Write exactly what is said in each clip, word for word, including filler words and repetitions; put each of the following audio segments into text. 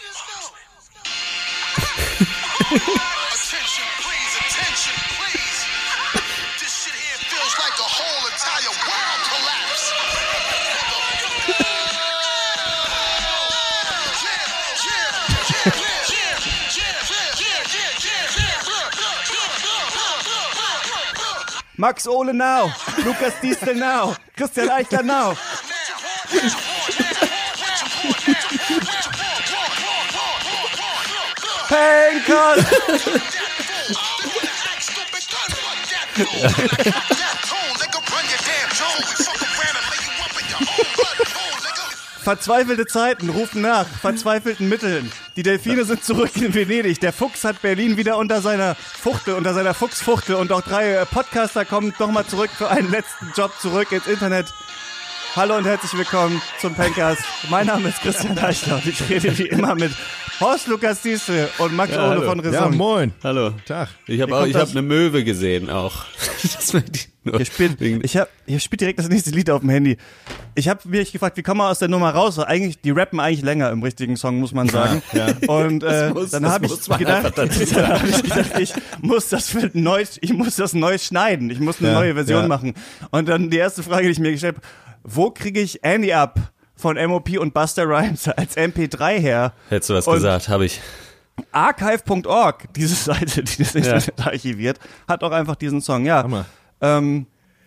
Attention, please, attention, please. This shit here feels like the whole entire world collapsed. Max Ole now, Lukas Diestel now, Christian Eichler now. Pankers! Verzweifelte Zeiten rufen nach verzweifelten Mitteln. Die Delfine sind zurück in Venedig. Der Fuchs hat Berlin wieder unter seiner Fuchtel, unter seiner Fuchsfuchtel. Und auch drei Podcaster kommen nochmal zurück für einen letzten Job zurück ins Internet. Hallo und herzlich willkommen zum Pankers. Mein Name ist Christian Eichler und ich rede wie immer mit Horst Lukas Diesel und Max ja, Ole von Raison. Ja, moin. Hallo. Tag. Ich habe hab eine Möwe gesehen auch. Das hier, spielt, ich hab, hier spielt direkt das nächste Lied auf dem Handy. Ich habe mich gefragt, wie kommen wir aus der Nummer raus? Eigentlich, die rappen eigentlich länger im richtigen Song, muss man sagen. Ja, ja. Und äh, muss, dann habe ich, gedacht, hab ich gedacht, ich muss das für neu, ich muss das neu schneiden. Ich muss eine ja, neue Version ja. machen. Und dann die erste Frage, die ich mir gestellt habe: Wo kriege ich Annie Up von M O P und Busta Rhymes als M P drei her? Hättest du was und gesagt, habe ich. Archive Punkt org, diese Seite, die das Internet ja. archiviert, hat auch einfach diesen Song. Ja. Ähm,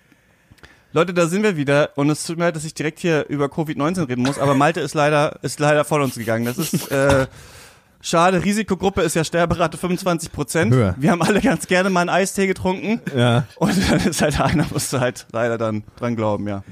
Leute, da sind wir wieder und es tut mir leid, dass ich direkt hier über Covid neunzehn reden muss, aber Malte ist leider ist leider von uns gegangen. Das ist äh, schade. Risikogruppe ist ja Sterberate fünfundzwanzig Prozent. Höher. Wir haben alle ganz gerne mal einen Eistee getrunken. Ja. Und dann ist halt einer, musste halt leider dann dran glauben, ja.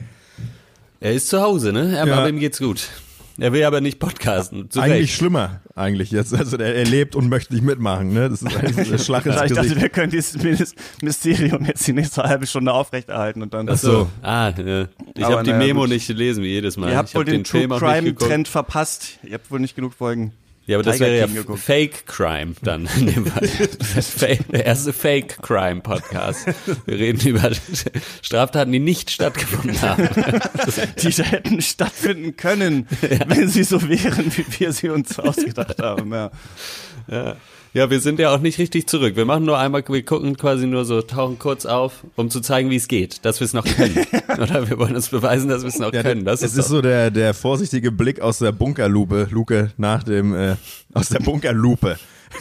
Er ist zu Hause, ne? Er, ja. Aber ihm geht's gut. Er will aber nicht podcasten. Zu eigentlich Recht. Schlimmer, eigentlich jetzt. Also er, er lebt und möchte nicht mitmachen, ne? Das ist eigentlich ein Schlag ins Gesicht. Ich dachte, wir können dieses Mysterium jetzt die nächste halbe Stunde aufrechterhalten und dann. Ach so. Ah, äh, ich habe die Memo gut. nicht gelesen, wie jedes Mal. Ihr habt ich wohl hab den, den True Crime Trend verpasst. Ihr habt wohl nicht genug Folgen. Ja, aber das Tiger wäre ja King geguckt. Fake Crime dann in dem Fall. Der erste Fake Crime Podcast. Wir reden über Straftaten, die nicht stattgefunden haben. Die hätten stattfinden können, ja. wenn sie so wären, wie wir sie uns ausgedacht haben. Ja. Ja. Ja, wir sind ja auch nicht richtig zurück. Wir machen nur einmal, wir gucken quasi nur so, tauchen kurz auf, um zu zeigen, wie es geht, dass wir es noch können. Oder wir wollen uns beweisen, dass wir es noch ja, können. Das es ist, ist so der, der vorsichtige Blick aus der Bunkerlupe, Luke, nach dem, äh, aus der Bunkerlupe.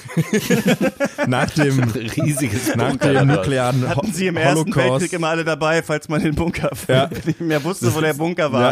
nach dem riesiges nach dem nuklearen Hatten Sie im Ersten Holocaust. Weltkrieg immer alle dabei, falls man den Bunker ja. nicht mehr wusste, wo der Bunker war.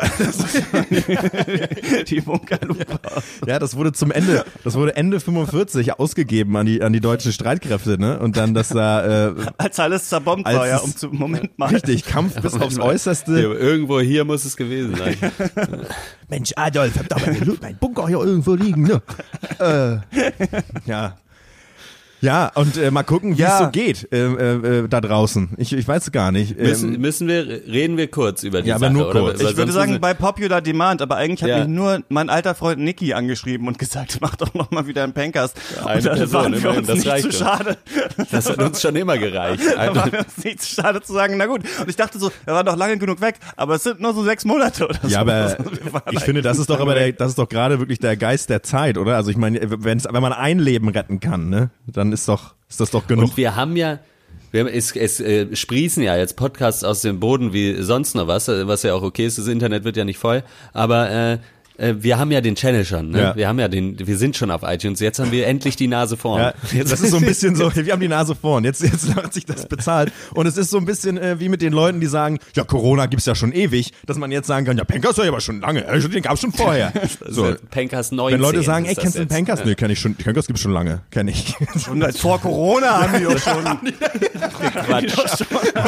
Ja. Die Bunkerlupe. Ja, das wurde zum Ende, das wurde Ende fünfundvierzig ausgegeben an die an die deutschen Streitkräfte, ne? Und dann das da äh, als alles zerbombt als war, ja, um zu Moment mal. Richtig, Kampf bis aufs Äußerste. Ja, irgendwo hier muss es gewesen sein. Mensch, Adolf, hab da mein Bunker hier irgendwo liegen, ne? äh, ja. Ja, und äh, mal gucken, wie ja. es so geht äh, äh, da draußen. Ich, ich weiß gar nicht. Ähm, müssen, müssen wir, reden wir kurz über die ja, Sache? Aber nur kurz. Oder? Ich würde sagen, bei Popular Demand, aber eigentlich hat ja. mich nur mein alter Freund Niki angeschrieben und gesagt, mach doch noch mal wieder einen Pankers. Ja, und dann waren wir immerhin, uns das nicht zu schade. Das hat uns schon immer gereicht. Da waren wir uns nicht zu schade zu sagen, na gut. Und ich dachte so, wir waren doch lange genug weg, aber es sind nur so sechs Monate oder so. Ja, aber ich finde, das ist doch aber der, das ist doch gerade wirklich der Geist der Zeit, oder? Also ich meine, wenn's, wenn man ein Leben retten kann, ne, dann ist doch Ist das doch genug. Und wir haben ja, wir haben, es, es äh, sprießen ja jetzt Podcasts aus dem Boden wie sonst noch was, was ja auch okay ist, das Internet wird ja nicht voll, aber äh, wir haben ja den Channel schon, ne? Ja. Wir haben ja den, wir sind schon auf iTunes. Jetzt haben wir endlich die Nase vorn. Ja, jetzt das ist so ein bisschen so, wir haben die Nase vorn. Jetzt, jetzt hat sich das bezahlt. Und es ist so ein bisschen äh, wie mit den Leuten, die sagen, ja, Corona gibt's ja schon ewig, dass man jetzt sagen kann, ja, Pankers ja aber schon lange, den gab's schon vorher. So. Pankers neunzehn. Wenn Leute sagen, ey, kennst du den Pankers? Ja. Nee, kenn ich schon, Pankers gibt's schon lange, kenn ich. Schon als vor Corona haben die auch schon. Quatsch.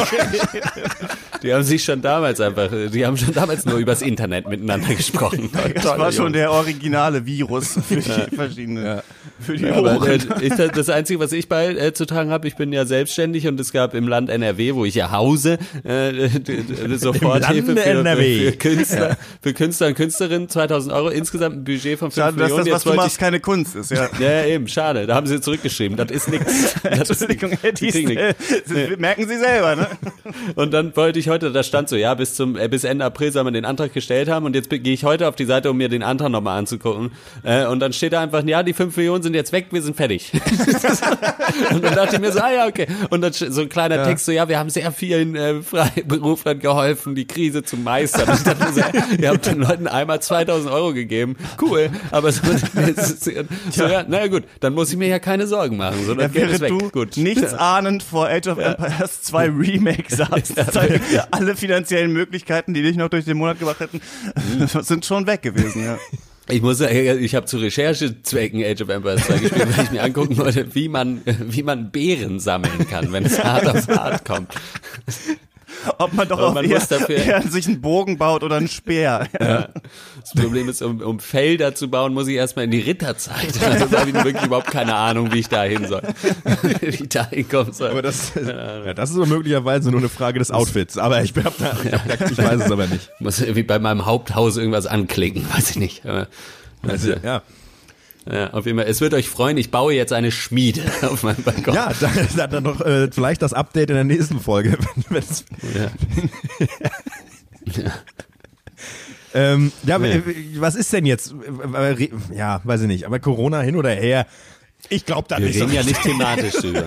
Die haben sich schon damals einfach, die haben schon damals nur übers Internet miteinander gesprochen. Das war schon der originale Virus für die ja. verschiedenen, ja. für die ja, aber, äh, ich, das Einzige, was ich beizutragen habe, ich bin ja selbstständig und es gab im Land N R W, wo ich ja hause, äh, Soforthilfe für, für Künstler, ja. für Künstler und Künstlerinnen, zweitausend Euro, insgesamt ein Budget von fünf schade, Millionen. Dass das, was Jetzt du machst, ich, keine Kunst ist, ja. Ja, eben, schade, da haben sie zurückgeschrieben, das ist nichts. Entschuldigung, Herr Diesel, nee. merken Sie selber, ne? Und dann wollte ich heute, da stand so, ja, bis zum, äh, bis Ende April soll man den Antrag gestellt haben und jetzt gehe ich heute auf die Seite um mir den Antrag nochmal anzugucken. Äh, und dann steht da einfach, ja, die fünf Millionen sind jetzt weg, wir sind fertig. Und dann dachte ich mir so, ah ja, okay. Und dann so ein kleiner ja. Text so, ja, wir haben sehr vielen äh, Freiberuflern geholfen, die Krise zu meistern. Und ich dachte mir so, ihr habt den Leuten einmal zweitausend Euro gegeben. Cool. Aber so, so ja, naja gut, dann muss ich mir ja keine Sorgen machen. So, dann ja, geht es weg. Du gut. Nichts ahnend vor Age of Ja. Empires zwei Remake sagst. Ja. Alle finanziellen Möglichkeiten, die dich noch durch den Monat gebracht hätten, sind schon weg gewesen. Ja. Ich muss sagen, ich habe zu Recherchezwecken Age of Empires zwei gespielt, weil ich mir angucken wollte, wie man, wie man Beeren sammeln kann, wenn es hart auf hart kommt. Ob man doch Aber auch man eher, muss dafür- eher sich einen Bogen baut oder einen Speer. Ja. Das Problem ist, um, um Felder zu bauen, muss ich erstmal in die Ritterzeit. Also da habe ich wirklich überhaupt keine Ahnung, wie ich da hin soll. Wie ich da hinkommen soll. Aber das, ja, das ist aber möglicherweise nur eine Frage des Outfits. Aber ich, hab da, ich, hab da, ich weiß es aber nicht. Ich muss irgendwie bei meinem Haupthaus irgendwas anklicken, weiß ich nicht. Aber, Also, ja. ja, auf jeden Fall. Es wird euch freuen, ich baue jetzt eine Schmiede auf meinem Balkon. Ja, da, da dann noch äh, vielleicht das Update in der nächsten Folge. Wenn's, Ja. Ja. ähm, ja, Nee. was ist denn jetzt? Ja, weiß ich nicht. Aber Corona hin oder her. Ich glaube da Wir nicht so reden ja richtig. nicht thematisch drüber.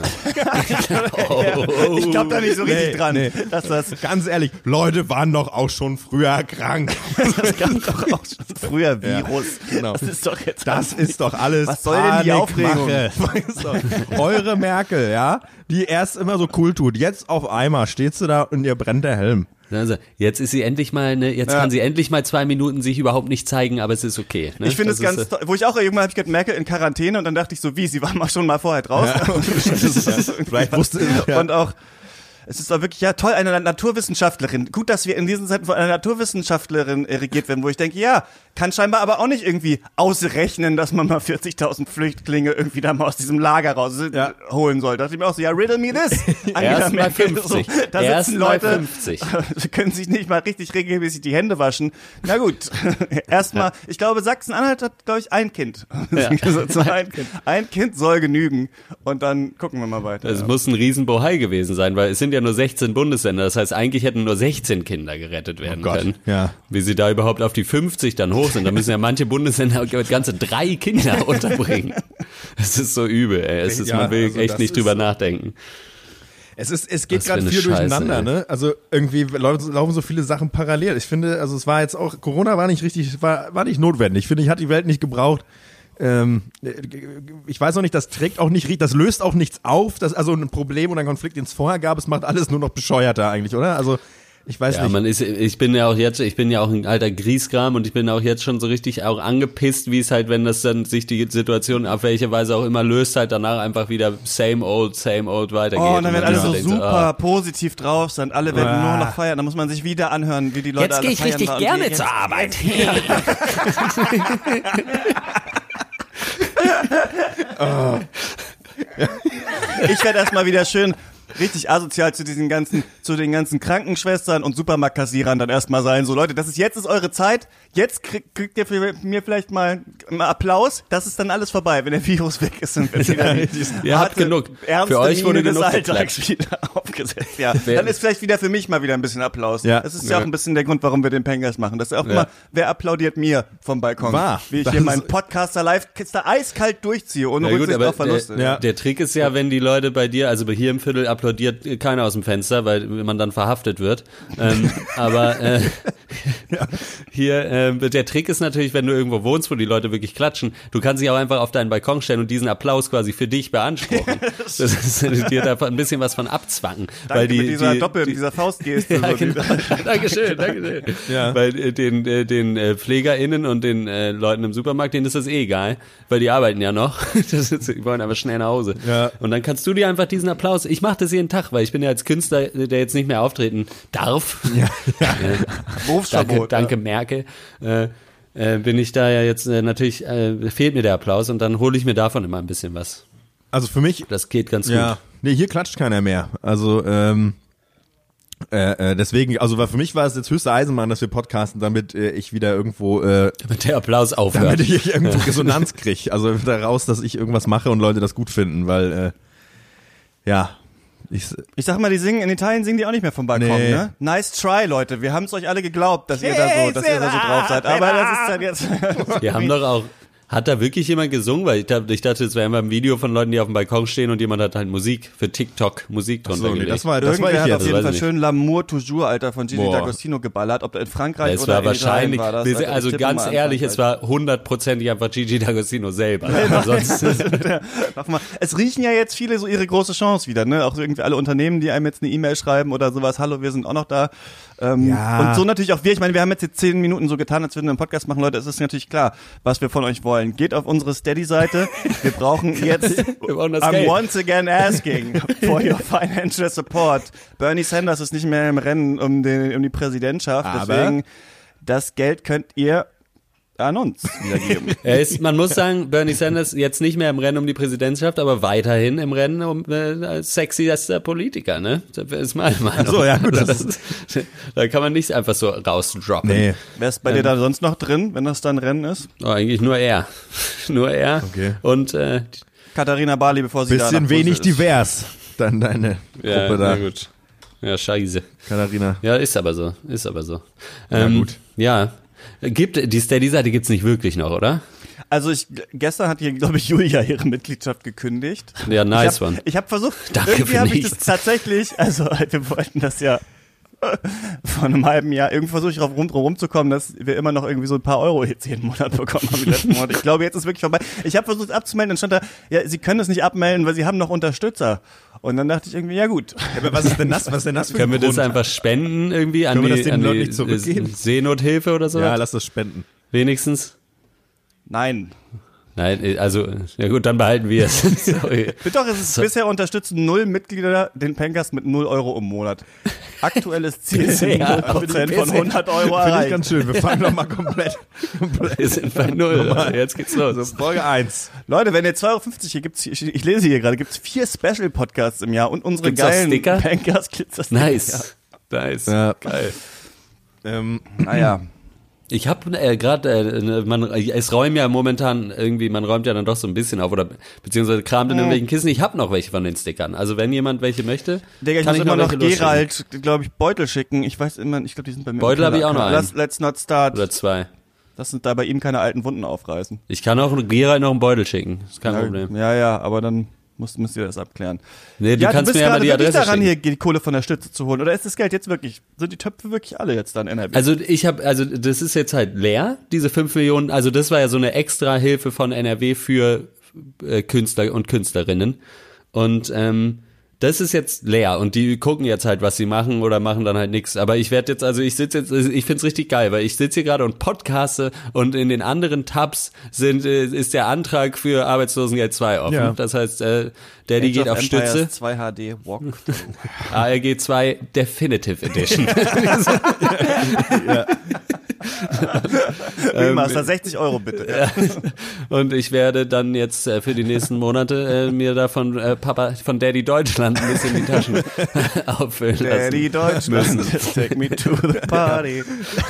oh, Ich glaube da nicht so richtig Nee, dran. nee. Dass das Ganz ehrlich, Leute waren doch auch schon früher krank. das kann doch auch schon früher Virus. genau. Das ist doch jetzt Das ist doch alles Was soll denn die Aufregung? Panikmache. So. Eure Merkel, ja, die erst immer so cool tut. Jetzt auf einmal stehst du da und ihr brennt der Helm. Also, jetzt ist sie endlich mal, ne, jetzt Ja. kann sie endlich mal zwei Minuten sich überhaupt nicht zeigen, aber es ist okay. Ne? Ich finde es Das ganz ist, äh, toll, wo ich auch irgendwann habe ich gehört, Merkel in Quarantäne und dann dachte ich so, wie, sie war mal schon mal vorher draußen. Ja. Und das ist irgendwie Vielleicht was. wusste ja. Und auch, es ist doch wirklich, ja toll, eine Naturwissenschaftlerin. Gut, dass wir in diesen Zeiten von einer Naturwissenschaftlerin äh, regiert werden, wo ich denke, ja, kann scheinbar aber auch nicht irgendwie ausrechnen, dass man mal vierzigtausend Flüchtlinge irgendwie da mal aus diesem Lager raus Ja. holen soll. Da dachte ich mir auch so, ja, riddle me this. Angela Erst mal Merkel, fünfzig. So, da Erst sitzen mal Leute, fünfzig. können sich nicht mal richtig regelmäßig die Hände waschen. Na gut, erstmal, ich glaube, Sachsen-Anhalt hat, glaube ich, ein Kind. Ja. So ein, ein Kind soll genügen und dann gucken wir mal weiter. Es ja. muss ein Riesenbohai gewesen sein, weil es sind ja nur sechzehn Bundesländer. Das heißt, eigentlich hätten nur sechzehn Kinder gerettet werden Oh Gott, können. ja. Wie sie da überhaupt auf die fünfzig dann hoch sind. Da müssen ja manche Bundesländer ganze drei Kinder unterbringen. Es ist so übel, ey. Es ist, Ja, man will also echt das nicht ist- drüber nachdenken. Es ist, es geht Was für gerade eine viel Scheiße, durcheinander, ey. ne? Also irgendwie laufen, laufen so viele Sachen parallel. Ich finde, also es war jetzt auch, Corona war nicht richtig, war, war nicht notwendig. Ich finde, ich hat die Welt nicht gebraucht. Ähm, ich weiß auch nicht, das trägt auch nicht, das löst auch nichts auf. Das also ein Problem oder ein Konflikt, den es vorher gab, es macht alles nur noch bescheuerter eigentlich, oder? Also ich weiß Ja, nicht. man ist, ich bin ja auch jetzt, ich bin ja auch ein alter Griesgram und ich bin auch jetzt schon so richtig auch angepisst, wie es halt, wenn das dann sich die Situation auf welche Weise auch immer löst, halt danach einfach wieder same old, same old weitergeht. Oh, und dann man werden alle sich so denkt super ah. positiv drauf sein. Alle werden Ah. nur noch feiern. Da muss man sich wieder anhören, wie die Leute Jetzt alle gehe ich feiern richtig waren. Und gerne die- zur Arbeit. Ich werde erstmal wieder schön richtig asozial zu diesen ganzen, zu den ganzen Krankenschwestern und Supermarktkassierern dann erstmal sein. So Leute, das ist jetzt ist eure Zeit. Jetzt krieg, kriegt ihr für mir vielleicht mal einen Applaus. Das ist dann alles vorbei, wenn der Virus weg ist. Und wenn wieder die Ihr habt harte, genug. ernste Für euch wurde Miene des genug Alltags wieder aufgesetzt. Ja, Wer- dann ist vielleicht wieder für mich mal wieder ein bisschen Applaus. Ja. Das ist ja, auch ein bisschen der Grund, warum wir den Pengers machen. Das ist auch Ja. immer, wer applaudiert mir vom Balkon? Wahr. Wie ich Das hier ist- meinen Podcaster live da eiskalt durchziehe, ohne Ja gut, Rücksicht aber auf Verluste. der, Ja. der Trick ist ja, wenn die Leute bei dir, also bei hier im Viertel applaudiert keiner aus dem Fenster, weil man dann verhaftet wird. Ähm, aber äh, hier, äh, der Trick ist natürlich, wenn du irgendwo wohnst, wo die Leute wirklich klatschen, du kannst dich auch einfach auf deinen Balkon stellen und diesen Applaus quasi für dich beanspruchen. Das ist dir da ein bisschen was von abzwacken. Danke weil die, mit dieser die, Doppel, die, mit dieser Faustgeste. Ja, so, die- genau. Dankeschön, Dankeschön. Ja. Weil äh, den, äh, den äh, PflegerInnen und den äh, Leuten im Supermarkt, denen ist das eh egal, weil die arbeiten ja noch. Das ist, die wollen aber schnell nach Hause. Ja. Und dann kannst du dir einfach diesen Applaus, ich mache das jeden Tag, weil ich bin ja als Künstler, der jetzt nicht mehr auftreten darf. Ja. Äh, Berufsverbot. danke, danke Merkel. Äh, äh, bin ich da ja jetzt äh, natürlich, äh, fehlt mir der Applaus und dann hole ich mir davon immer ein bisschen was. Also für mich, Das geht ganz ja, gut. nee, hier klatscht keiner mehr. Also ähm, äh, äh, deswegen, also war für mich war es jetzt höchste Eisenbahn, dass wir podcasten, damit äh, ich wieder irgendwo, äh, Damit der Applaus aufhört. damit ich irgendwo Resonanz kriege. Also daraus, dass ich irgendwas mache und Leute das gut finden, weil äh, ja, Ich, ich sag mal, die singen, in Italien singen die auch nicht mehr vom Balkon, Nee. ne? Nice try, Leute. Wir haben es euch alle geglaubt, dass ihr da so, dass ihr da so drauf seid. Aber das ist dann jetzt. Wir haben doch auch, hat da wirklich jemand gesungen? Weil ich, hab, ich dachte, es wäre immer ein Video von Leuten, die auf dem Balkon stehen und jemand hat halt Musik für TikTok, Musik drunter so, nee, gelegt. das war, das war Irgendwer ich hat jetzt. auf jeden weiß Fall ich schön L'amour toujours, Alter, von Gigi Boah. D'Agostino geballert. Ob da in Frankreich Es oder war in wahrscheinlich, Italien war das. wir sind, Alter, also ich tippe ganz mal an ehrlich, es Frankreich. war hundertprozentig einfach Gigi D'Agostino selber. Ansonsten, Mach mal. Es riechen ja jetzt viele so ihre große Chance wieder, ne? Auch so irgendwie alle Unternehmen, die einem jetzt eine E-Mail schreiben oder sowas. Hallo, wir sind auch noch da. Ähm, Ja. Und so natürlich auch wir. Ich meine, wir haben jetzt, jetzt zehn Minuten so getan, als würden wir einen Podcast machen. Leute, es ist natürlich klar, was wir von euch wollen. Geht auf unsere Steady-Seite. Wir brauchen jetzt, wir brauchen das I'm Geld. once again asking for your financial support. Bernie Sanders ist nicht mehr im Rennen um, den, um die Präsidentschaft. Aber- Deswegen, das Geld könnt ihr an uns wiedergeben. er ist, man muss sagen, Bernie Sanders jetzt nicht mehr im Rennen um die Präsidentschaft, aber weiterhin im Rennen um äh, als sexiester Politiker, ne? Das ist meine Meinung. Ach so, ja, gut, das Das, da kann man nicht einfach so rausdroppen. Nee. Wer ist bei dir da sonst noch drin, wenn das dann Rennen ist? Oh, eigentlich nur er. nur er. Okay. Und äh, Katharina Barley, bevor sie da Bisschen nach wenig Brüssel ist. divers. Dann deine ja, Gruppe da. na gut. Ja, scheiße. Katharina. Ja, ist aber so. Ist aber so. Ja, Ähm, gut. Ja. Gibt, die Steady-Seite gibt's nicht wirklich noch, oder? Also ich, gestern hat hier, glaube ich, Julia ihre Mitgliedschaft gekündigt. Ja, nice ich hab, one. Ich habe versucht, Danke irgendwie für habe ich das nichts. tatsächlich, also wir wollten das ja vor einem halben Jahr, irgendwie versuche ich drauf rum, rumzukommen, dass wir immer noch irgendwie so ein paar Euro jetzt jeden Monat bekommen haben, die letzten Monate. Ich glaube, jetzt ist wirklich vorbei. Ich habe versucht abzumelden, dann stand da, ja, sie können es nicht abmelden, weil sie haben noch Unterstützer. Und dann dachte ich irgendwie, ja gut. Ja, aber was ist denn das? Was ist denn das für ein Können wir das Grund? einfach spenden irgendwie an Können wir die, das den an Leuten die nicht zurückgeben? Seenothilfe oder so? Ja, lass das spenden. Wenigstens? Nein. Nein, also, ja gut, dann behalten wir es. Sorry. Bitte doch, es ist bisher unterstützen null Mitglieder den Pencast mit null Euro im Monat. Aktuelles Ziel sind Ja, null Prozent von hundert Euro Finde ich erreicht. ganz schön. Wir fangen nochmal komplett, komplett. Wir sind bei null. Normal. Jetzt geht's los. Also Folge eins. Leute, wenn ihr zwei Euro fünfzig, hier gibt's, ich, ich lese hier gerade, gibt's vier Special-Podcasts im Jahr und unsere Gibt's auch geilen Sticker? Pencast-Glitzer-Sticker. Nice. Nice. Ja. Geil. Ähm, Naja. Ich habe äh, gerade, äh, man, es räumen ja momentan irgendwie, man räumt ja dann doch so ein bisschen auf oder beziehungsweise kramt in irgendwelchen Kissen. Ich habe noch welche von den Stickern. Also wenn jemand welche möchte, Digga, ich kann muss ich immer noch welche losschicken. Gerald, glaube ich, Beutel schicken. Ich weiß immer, ich glaube, die sind bei mir. im Beutel hab Keller. ich auch noch einen. Let's, let's not start. Oder zwei. Lass uns da bei ihm keine alten Wunden aufreißen. Ich kann auch Gerald noch einen Beutel schicken. Ist kein ja, Problem. Ja, ja, aber dann müsst, müsst ihr das abklären. Nee, du ja, kannst du bist mir ja mal gerade die wirklich Adresse daran, schicken. hier die Kohle von der Stütze zu holen. Oder ist das Geld jetzt wirklich, sind die Töpfe wirklich alle jetzt dann N R W? Also ich habe, also das ist jetzt halt leer, diese fünf Millionen, also das war ja so eine extra Hilfe von N R W für äh, Künstler und Künstlerinnen. Und ähm, das ist jetzt leer und die gucken jetzt halt, was sie machen oder machen dann halt nichts. Aber ich werde jetzt, also ich sitze jetzt, ich find's richtig geil, weil ich sitze hier gerade und podcaste und in den anderen Tabs sind äh, ist der Antrag für Arbeitslosengeld zwei offen. Ja. Das heißt, äh, Daddy Age geht of auf Empires Stütze, zwei H D Walk. A R G zwei Definitive Edition. Remaster, sechzig Euro bitte. Ja. Und ich werde dann jetzt äh, für die nächsten Monate äh, mir da von äh, Papa, von Daddy Deutschland ein bisschen die Taschen auffüllen lassen. Daddy Deutschland, take me to the party.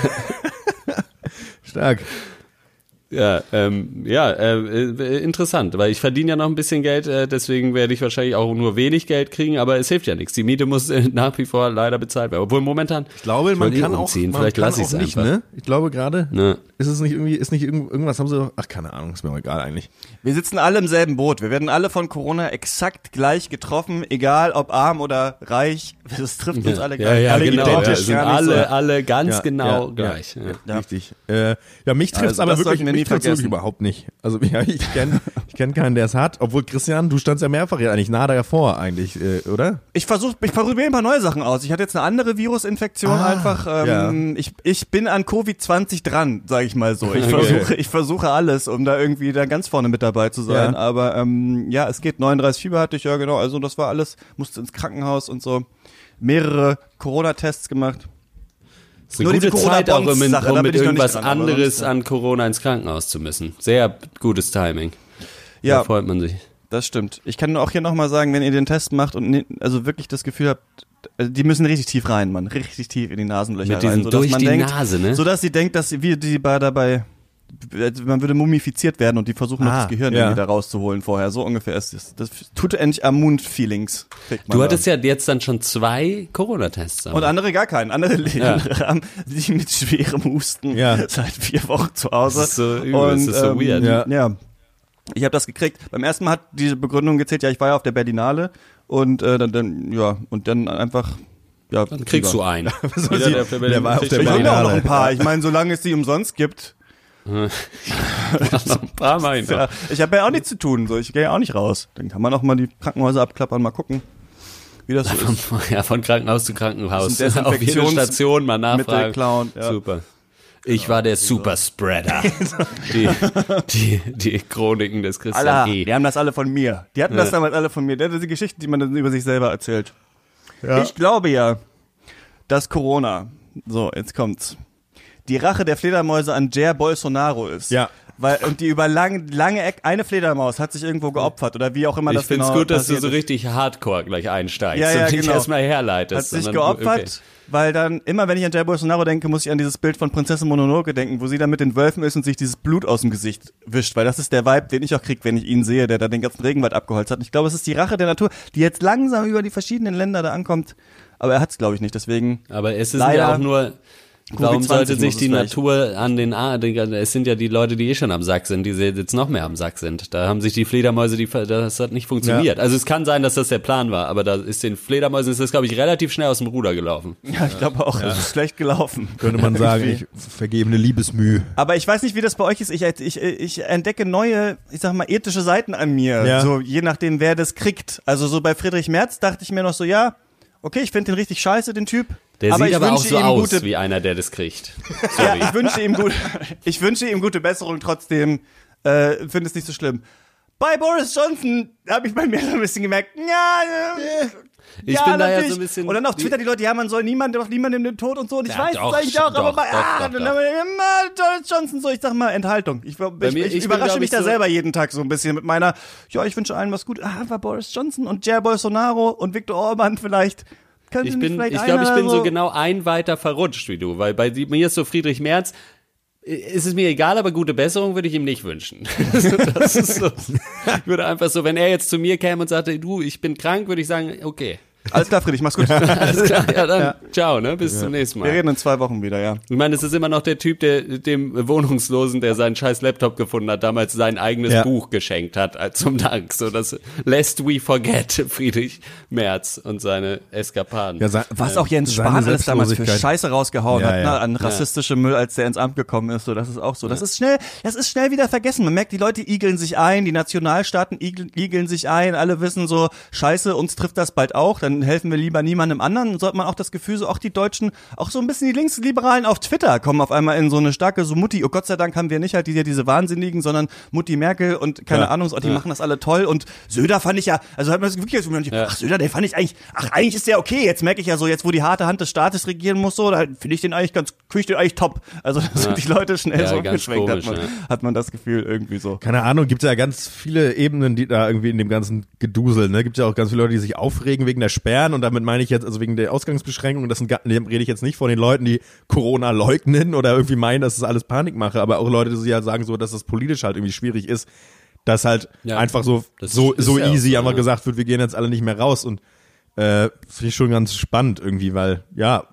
stark. Ja, ähm, ja, äh, äh, interessant, weil ich verdiene ja noch ein bisschen Geld, äh, deswegen werde ich wahrscheinlich auch nur wenig Geld kriegen, aber es hilft ja nichts. Die Miete muss äh, nach wie vor leider bezahlt werden, obwohl momentan. Ich glaube, man wollte eh kann auch, umziehen. man Vielleicht kann lasse ich auch es nicht, einfach. ne? Ich glaube gerade, Ne. ist es nicht irgendwie, ist nicht irgend, irgendwas haben sie, ach, keine Ahnung, ist mir auch egal eigentlich. Wir sitzen alle im selben Boot. Wir werden alle von Corona exakt gleich getroffen, egal ob arm oder reich. Das trifft uns alle Ja, gleich. ja, alle genau. Ja, identisch. es sind gar nicht alle, so. alle ganz Ja, genau ja, gleich. Ja. Ja. Richtig. Äh, ja, mich trifft's Also, aber das wirklich, sollten wir nie mich trifft's wirklich vergessen. überhaupt nicht. Also ja, ich kenne ich kenn keinen, der es hat. Obwohl, Christian, du standst ja mehrfach ja eigentlich nah davor eigentlich, äh, oder? Ich versuche, ich probiere ein paar neue Sachen aus. Ich hatte jetzt eine andere Virusinfektion Ah, einfach. Ähm, ich, ich bin an Covid zwanzig dran, sage ich mal so. Ich Okay. versuche, ich versuche alles, um da irgendwie da ganz vorne mit dabei zu sein. Ja. Aber ähm, ja, es geht. neununddreißig Fieber hatte ich, ja genau. Also das war alles. Musste ins Krankenhaus und so. Mehrere Corona-Tests gemacht. Das ist eine Nur gute diese Zeit auch, um, mit- Corona-Bonds-Sache, da um bin mit ich noch nicht irgendwas dran, aber anderes sonst, ja. an Corona ins Krankenhaus zu müssen. Sehr gutes Timing. Da Ja, freut man sich. das stimmt. Ich kann auch hier nochmal sagen, wenn ihr den Test macht und ne, also wirklich das Gefühl habt, also die müssen richtig tief rein, Mann. Richtig tief in die Nasenlöcher Mit diesem rein. sodass durch man die denkt, Nase, ne? Sodass sie denkt, dass sie, wie die bei dabei man würde mumifiziert werden und die versuchen noch Ah, das Gehirn ja. irgendwie da rauszuholen vorher. So ungefähr ist es. Das tut endlich Amund-Feelings. Du hattest ja jetzt dann schon zwei Corona-Tests. Und andere gar keinen. Andere, Ja. andere haben sich mit schwerem Husten Ja. seit vier Wochen zu Hause. Das ist so übel, und, das ist so ähm, weird. Ja. Ja. Ich habe das gekriegt. Beim ersten Mal hat diese Begründung gezählt, ja, ich war ja auf der Berlinale und äh, dann, dann, ja, und dann einfach, ja. Dann kriegst du einen. soll Jeder, sie- der auf der der Berlin- war auf kriegt der Ich schon habe auch noch Berlinale. ein paar. Ich meine, solange es die umsonst gibt. noch ein paar Mal hin. Ja, ich habe ja auch nichts zu tun, so ich gehe ja auch nicht raus. Dann kann man auch mal die Krankenhäuser abklappern, mal gucken, wie das so ist. Von, ja, von Krankenhaus zu Krankenhaus. Das ist ein Auf jede Desinfektions- Station mal nachfragen. Mittelclown, ja. Super. Ich war der Superspreader. die, die, die Chroniken des Christian Allah, E. die haben das alle von mir. Die hatten das Ja. damals alle von mir. Das sind die Geschichten, die man dann über sich selber erzählt. Ja. Ich glaube ja, dass Corona, so, jetzt kommt's, die Rache der Fledermäuse an Jair Bolsonaro ist. Ja. Weil, und die über lang, lange Eck, eine Fledermaus hat sich irgendwo geopfert oder wie auch immer Ich das finde es genau gut, dass du passiert so ist. richtig hardcore gleich einsteigst Ja, ja, und nicht genau. erstmal herleitest. Hat sich sondern- geopfert, okay. weil dann, immer wenn ich an Jair Bolsonaro denke, muss ich an dieses Bild von Prinzessin Mononoke denken, wo sie dann mit den Wölfen ist und sich dieses Blut aus dem Gesicht wischt, weil das ist der Vibe, den ich auch krieg, wenn ich ihn sehe, der da den ganzen Regenwald abgeholzt hat. Und ich glaube, es ist die Rache der Natur, die jetzt langsam über die verschiedenen Länder da ankommt, aber er hat's, glaube ich, nicht, deswegen. Aber es ist Leider ja auch nur, warum Covid sollte zwanzig sich muss die es vielleicht. Natur an den, A- es sind ja die Leute, die eh schon am Sack sind, die jetzt noch mehr am Sack sind. Da haben sich die Fledermäuse, die, das hat nicht funktioniert. Also es kann sein, dass das der Plan war, aber da ist den Fledermäusen ist das, glaube ich, relativ schnell aus dem Ruder gelaufen. Ja, ich glaube auch, es ist schlecht gelaufen. Könnte man sagen, ich vergebene Liebesmühe. Aber ich weiß nicht, wie das bei euch ist. Ich, ich, ich entdecke neue, ich sag mal, ethische Seiten an mir. Ja. So, je nachdem, wer das kriegt. Also so bei Friedrich Merz dachte ich mir noch so, ja, okay, ich finde den richtig scheiße, den Typ. Der aber sieht ich aber auch wünsche so ihm aus gute, wie einer, der das kriegt. ja, Sorry. ich wünsche ihm gut, ich wünsche ihm gute Besserung trotzdem. Äh, finde es nicht so schlimm. Bei Boris Johnson habe ich bei mir so ein bisschen gemerkt, ja, äh, Ich ja, bin da ja natürlich. so ein bisschen. Und dann auf Twitter die Leute, ja, man soll niemanden auf niemanden den Tod und so. Und ich Ja, weiß doch, es eigentlich auch, doch, aber bei, doch, ah, doch, dann doch. haben wir immer Boris Johnson so. Ich sag mal Enthaltung. Ich, ich, mir- ich, ich bin, überrasche glaub mich ich, da so- selber jeden Tag so ein bisschen mit meiner, ja, ich wünsche allen was gut. Ah, war Boris Johnson und Jair Bolsonaro und Viktor Orban vielleicht. Können Ich Sie bin, nicht vielleicht ich glaube, ich einer bin so genau ein weiter verrutscht wie du, weil bei die- mir ist so Friedrich Merz, äh, ist es mir egal, aber gute Besserung würde ich ihm nicht wünschen. Das ist so, ich würde einfach so, wenn er jetzt zu mir käme und sagte, du, ich bin krank, würde ich sagen, okay. Alles klar, Friedrich, mach's gut. Alles klar, ja dann, ciao, ne, bis zum nächsten Wir Mal. reden in zwei Wochen wieder, ja. Ich meine, es ist immer noch der Typ, der dem Wohnungslosen, der seinen scheiß Laptop gefunden hat, damals sein eigenes Ja. Buch geschenkt hat, als zum Dank. So das Lest we forget Friedrich Merz und seine Eskapaden. Ja, sa- Was auch Jens seine Spahn alles damals für Selbstlosigkeit. Scheiße rausgehauen Ja, hat, ja. ne, an rassistische Müll, als der ins Amt gekommen ist, so, das ist auch so. Das ist schnell, das ist schnell wieder vergessen. Man merkt, die Leute igeln sich ein, die Nationalstaaten igeln, igeln sich ein, alle wissen so, Scheiße, uns trifft das bald auch, dann helfen wir lieber niemandem anderen. So hat man auch das Gefühl, so auch die Deutschen, auch so ein bisschen die Linksliberalen auf Twitter kommen auf einmal in so eine starke, so Mutti, oh Gott sei Dank haben wir nicht halt diese, diese Wahnsinnigen, sondern Mutti Merkel und keine Ja. Ahnung, so, die machen das alle toll und Söder fand ich ja, also hat man das wirklich, so, Ja. ach Söder, den fand ich eigentlich, ach eigentlich ist der okay, jetzt merke ich ja so, jetzt wo die harte Hand des Staates regieren muss, so, da finde ich den eigentlich ganz, finde ich den eigentlich top. Also da sind die Leute schnell Ja, so ganz umgeschwenkt, hat komisch, man, ja. hat man das Gefühl irgendwie so. Keine Ahnung, gibt ja ganz viele Ebenen, die da irgendwie in dem ganzen Gedusel, ne? Gibt ja auch ganz viele Leute, die sich aufregen wegen der Sperren und damit meine ich jetzt, also wegen der Ausgangsbeschränkungen, das sind, gar- dem rede ich jetzt nicht von den Leuten, die Corona leugnen oder irgendwie meinen, dass es alles Panikmache, aber auch Leute, die halt sagen so, dass das politisch halt irgendwie schwierig ist, dass halt Ja, einfach so, das so, ist so ja auch easy so, einfach ja. gesagt wird, wir gehen jetzt alle nicht mehr raus und äh, finde ich schon ganz spannend irgendwie, weil, ja,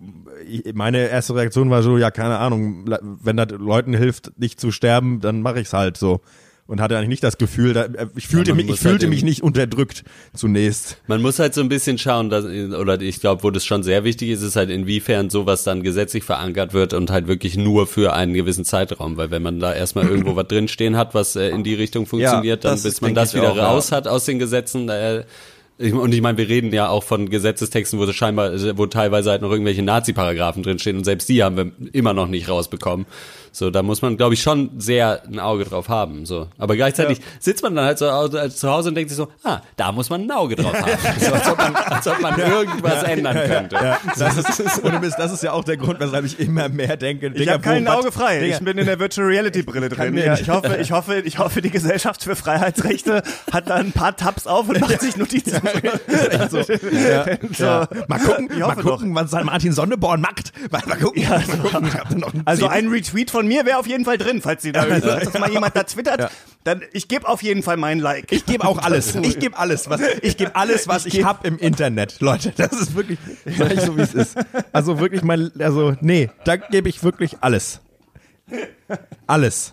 äh, meine erste Reaktion war so, ja, keine Ahnung, wenn das Leuten hilft, nicht zu sterben, dann mache ich's halt so. Und hatte eigentlich nicht das Gefühl, da, ich fühlte man mich, ich muss halt fühlte im- mich nicht unterdrückt zunächst. Man muss halt so ein bisschen schauen, dass, oder ich glaube, wo das schon sehr wichtig ist, ist halt inwiefern sowas dann gesetzlich verankert wird und halt wirklich nur für einen gewissen Zeitraum, weil wenn man da erstmal irgendwo was drinstehen hat, was äh, in die Richtung funktioniert, Ja, dann das bis man denke das ich wieder auch, ja. raus hat aus den Gesetzen, äh, ich, und ich meine, wir reden ja auch von Gesetzestexten, wo das scheinbar, wo teilweise halt noch irgendwelche Nazi-Paragraphen drinstehen und selbst die haben wir immer noch nicht rausbekommen. So, da muss man, glaube ich, schon sehr ein Auge drauf haben. So, aber gleichzeitig Ja. sitzt man dann halt so au- zu Hause und denkt sich so, ah, da muss man ein Auge drauf haben. So, als ob man, als ob man irgendwas ändern könnte. Ja, das ist, ohne Mist, das ist ja auch der Grund, weshalb ich immer mehr denke. Ich habe kein Auge frei. Digga, Ich bin in der Virtual Reality Brille drin. mir Ja, nicht. ich hoffe, ich hoffe, ich hoffe, die Gesellschaft für Freiheitsrechte hat da ein paar Tabs auf und macht sich Notizen. so, ja, So. ja. Mal gucken, Ich mal hoffe gucken, was San Martin Sonneborn macht. Mal, mal gucken, mal gucken. Ich hab da noch ein Also Zehn- ein Retweet von von mir wäre auf jeden Fall drin, falls sie da dass mal jemand da twittert, ja. dann ich gebe auf jeden Fall mein Like. Ich gebe auch alles. Ich gebe alles, was ich gebe alles, was ich, ich habe im Internet, Leute. Das ist wirklich, sag ich so wie es ist. Also wirklich mein, also nee, da gebe ich wirklich alles, alles,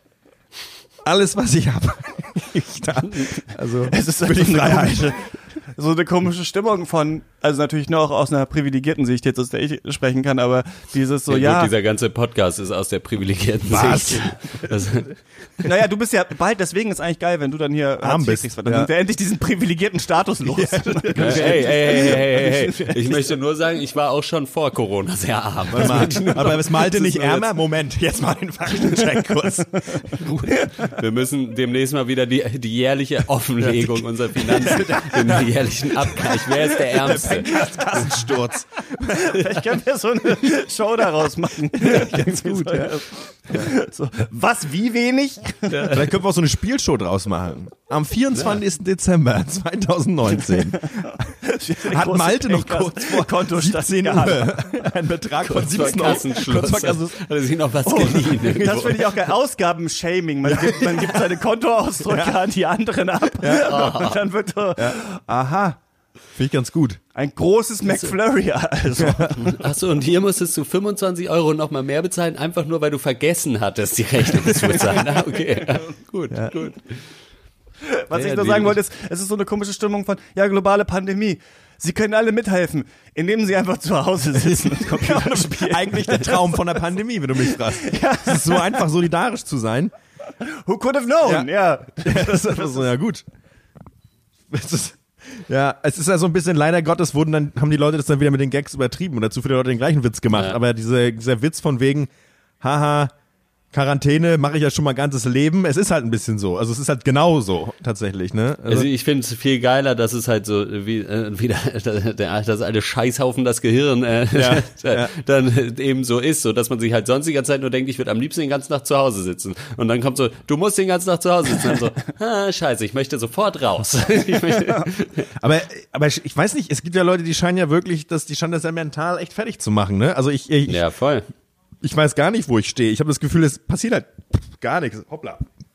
alles, was ich habe. Also es ist für die Freiheit. So eine komische Stimmung von, also natürlich nur auch aus einer privilegierten Sicht, jetzt aus der ich sprechen kann, aber dieses so, ja. ja gut, dieser ganze Podcast ist aus der privilegierten Was? Sicht. Also, naja, du bist ja bald, deswegen ist eigentlich geil, wenn du dann hier arm bist. Kriegst, dann ja. sind wir endlich diesen privilegierten Status los. Ja. Ja, hey, hey, hey, hey, hey, ich möchte nur sagen, ich war auch schon vor Corona sehr arm. Mal, aber ist Malte nicht ärmer? Moment, jetzt mal den Faktencheck-Kurs. Wir müssen demnächst mal wieder die, die jährliche Offenlegung unserer Finanzen, den jährlichen Abgleich. Wer ist der Ärmste? Kassensturz. Vielleicht können wir so eine Show daraus machen. Ganz gut, ja. So, was, wie wenig? Ja. Vielleicht können wir auch so eine Spielshow draus machen. Am vierundzwanzigsten Dezember zweitausendneunzehn hat Malte noch kurz vor Kontostand siebzehn Uhr einen Betrag von siebzehn Euro. Kurz hat er sich noch was oh, geliehen. Das finde ich auch geil. Ausgabenshaming. Man gibt, man gibt seine Kontoausdrücke ja. an die anderen ab. Ja. Und dann wird so, ja. aha. Finde ich ganz gut. Ein großes McFlurry, also. Achso, und hier musstest du fünfundzwanzig Euro nochmal mehr bezahlen, einfach nur, weil du vergessen hattest, die Rechnung zu bezahlen. Ah, okay, ja. gut, ja. gut. Was ja, ich nur sagen wollte, ist, es ist so eine komische Stimmung von, ja, globale Pandemie. Sie können alle mithelfen, indem sie einfach zu Hause sitzen und Computer spielen. Eigentlich der Traum von der Pandemie, wenn du mich fragst. Ja. Es ist so einfach, solidarisch zu sein. Who could have known? Ja. ja. Das ist einfach so, ja gut. Es ist, ja, es ist ja so ein bisschen, leider Gottes wurden dann, haben die Leute das dann wieder mit den Gags übertrieben oder zu viele Leute den gleichen Witz gemacht. Ja. Aber diese, dieser Witz von wegen, haha, Quarantäne mache ich ja schon mal ganzes Leben. Es ist halt ein bisschen so. Also es ist halt genau so tatsächlich, ne? Also, also ich finde es viel geiler, dass es halt so wie äh, wieder der, das alte Scheißhaufen, das Gehirn äh, ja, ja. dann eben so ist, so dass man sich halt sonst die ganze Zeit nur denkt, ich würde am liebsten den ganzen Tag zu Hause sitzen. Und dann kommt so, du musst den ganzen Tag zu Hause sitzen. Und so, ah, scheiße, ich möchte sofort raus. ich möchte aber aber ich weiß nicht, es gibt ja Leute, die scheinen ja wirklich, dass die scheinen das ja mental echt fertig zu machen, ne? Also ich, ich ja voll. Ich weiß gar nicht, wo ich stehe. Ich habe das Gefühl, es passiert halt gar nichts. Hoppla.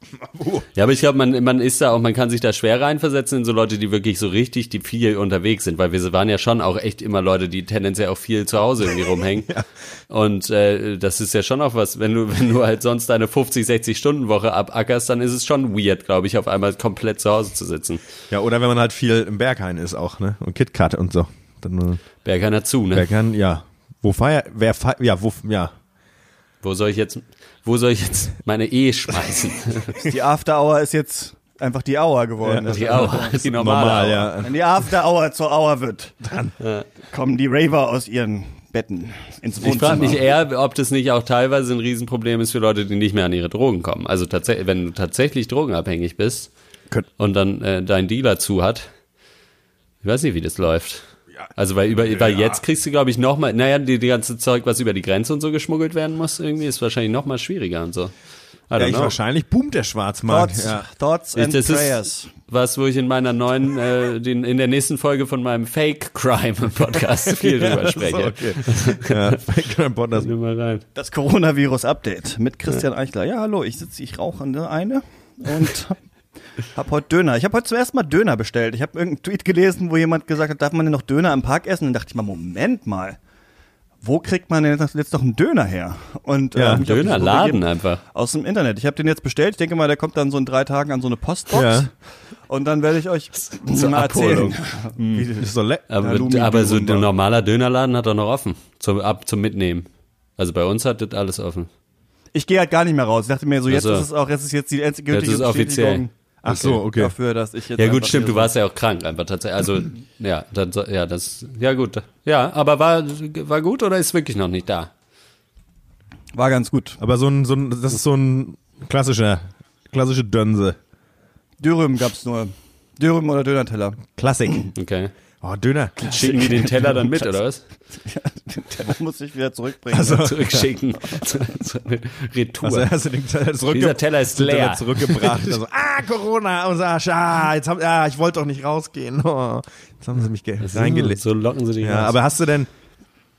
Ja, aber ich glaube, man, man ist da auch, man kann sich da schwer reinversetzen in so Leute, die wirklich so richtig, die viel unterwegs sind, weil wir waren ja schon auch echt immer Leute, die tendenziell auch viel zu Hause irgendwie rumhängen. Ja. Und äh, das ist ja schon auch was, wenn du, wenn du halt sonst deine fünfzig, sechzig Stunden Woche abackerst, dann ist es schon weird, glaube ich, auf einmal komplett zu Hause zu sitzen. Ja, oder wenn man halt viel im Berghain ist auch, ne? Und KitKat und so. Dann, Berghain dazu, ne? Berghain, ja. Wo feier, wer feier, ja, wo, ja. Wo soll ich jetzt, wo soll ich jetzt meine Ehe schmeißen? Die After Hour ist jetzt einfach die Hour geworden. Ja, die Hour, die normale normal, Hour. Ja. Wenn die After Hour zur Hour wird, dann ja. kommen die Raver aus ihren Betten ins Wohnzimmer. Ich frage mich eher, ob das nicht auch teilweise ein Riesenproblem ist für Leute, die nicht mehr an ihre Drogen kommen. Also tatsächlich, wenn du tatsächlich drogenabhängig bist Könnt. und dann äh, dein Dealer zu hat, ich weiß nicht, wie das läuft. Also weil über, weil ja. jetzt kriegst du, glaube ich, nochmal, naja, die, die ganze Zeug, was über die Grenze und so geschmuggelt werden muss, irgendwie, ist wahrscheinlich nochmal schwieriger und so. Ja, ich wahrscheinlich boomt der Schwarzmarkt. Thoughts, ja. Thoughts and das Prayers. Ist was, wo ich in meiner neuen, äh, den, in der nächsten Folge von meinem Fake Crime Podcast viel drüber spreche. So, okay. Ja, Fake Crime Podcast. Mal rein. Das Coronavirus Update mit Christian ja. Eichler. Ja, hallo, ich sitze, ich rauche eine und hab heute Döner. Ich habe heute zuerst mal Döner bestellt. Ich habe irgendeinen Tweet gelesen, wo jemand gesagt hat, darf man denn noch Döner im Park essen? Und dann dachte ich mal, Moment mal, wo kriegt man denn jetzt noch einen Döner her? Und ja, äh, Dönerladen einfach. Aus dem Internet. Ich habe den jetzt bestellt. Ich denke mal, der kommt dann so in drei Tagen an so eine Postbox. Ja. Und dann werde ich euch so mal erzählen. Wie das so le- aber aber so ein normaler Dönerladen hat doch noch offen zum, ab, zum Mitnehmen. Also bei uns hat das alles offen. Ich gehe halt gar nicht mehr raus. Ich dachte mir so, jetzt also, ist es auch, jetzt ist jetzt die endgültige jetzt ist offiziell. Ach okay. so, okay. Dafür, dass ich jetzt ja gut, stimmt, du warst ja auch krank einfach tatsächlich. Also ja, dann, ja, das, ja gut. Ja, aber war, war gut oder ist wirklich noch nicht da? War ganz gut. Aber so ein, so ein, das ist so ein klassischer, klassische Dönse. Dürüm gab's nur. Dürüm oder Döner-Teller. Klassik. Okay. Oh, Döner. Schicken die den Teller dann mit, oder was? Ja, den Teller muss ich wieder zurückbringen. Also zurückschicken. Retour. Also hast du den Teller zurückge- Dieser Teller ist leer. Teller zurückgebracht. Also, ah, Corona. Und so, ah, jetzt hab, ah, ich wollte doch nicht rausgehen. Oh, jetzt haben sie mich ge- reingelegt. So locken sie dich Ja, raus. aber hast du denn,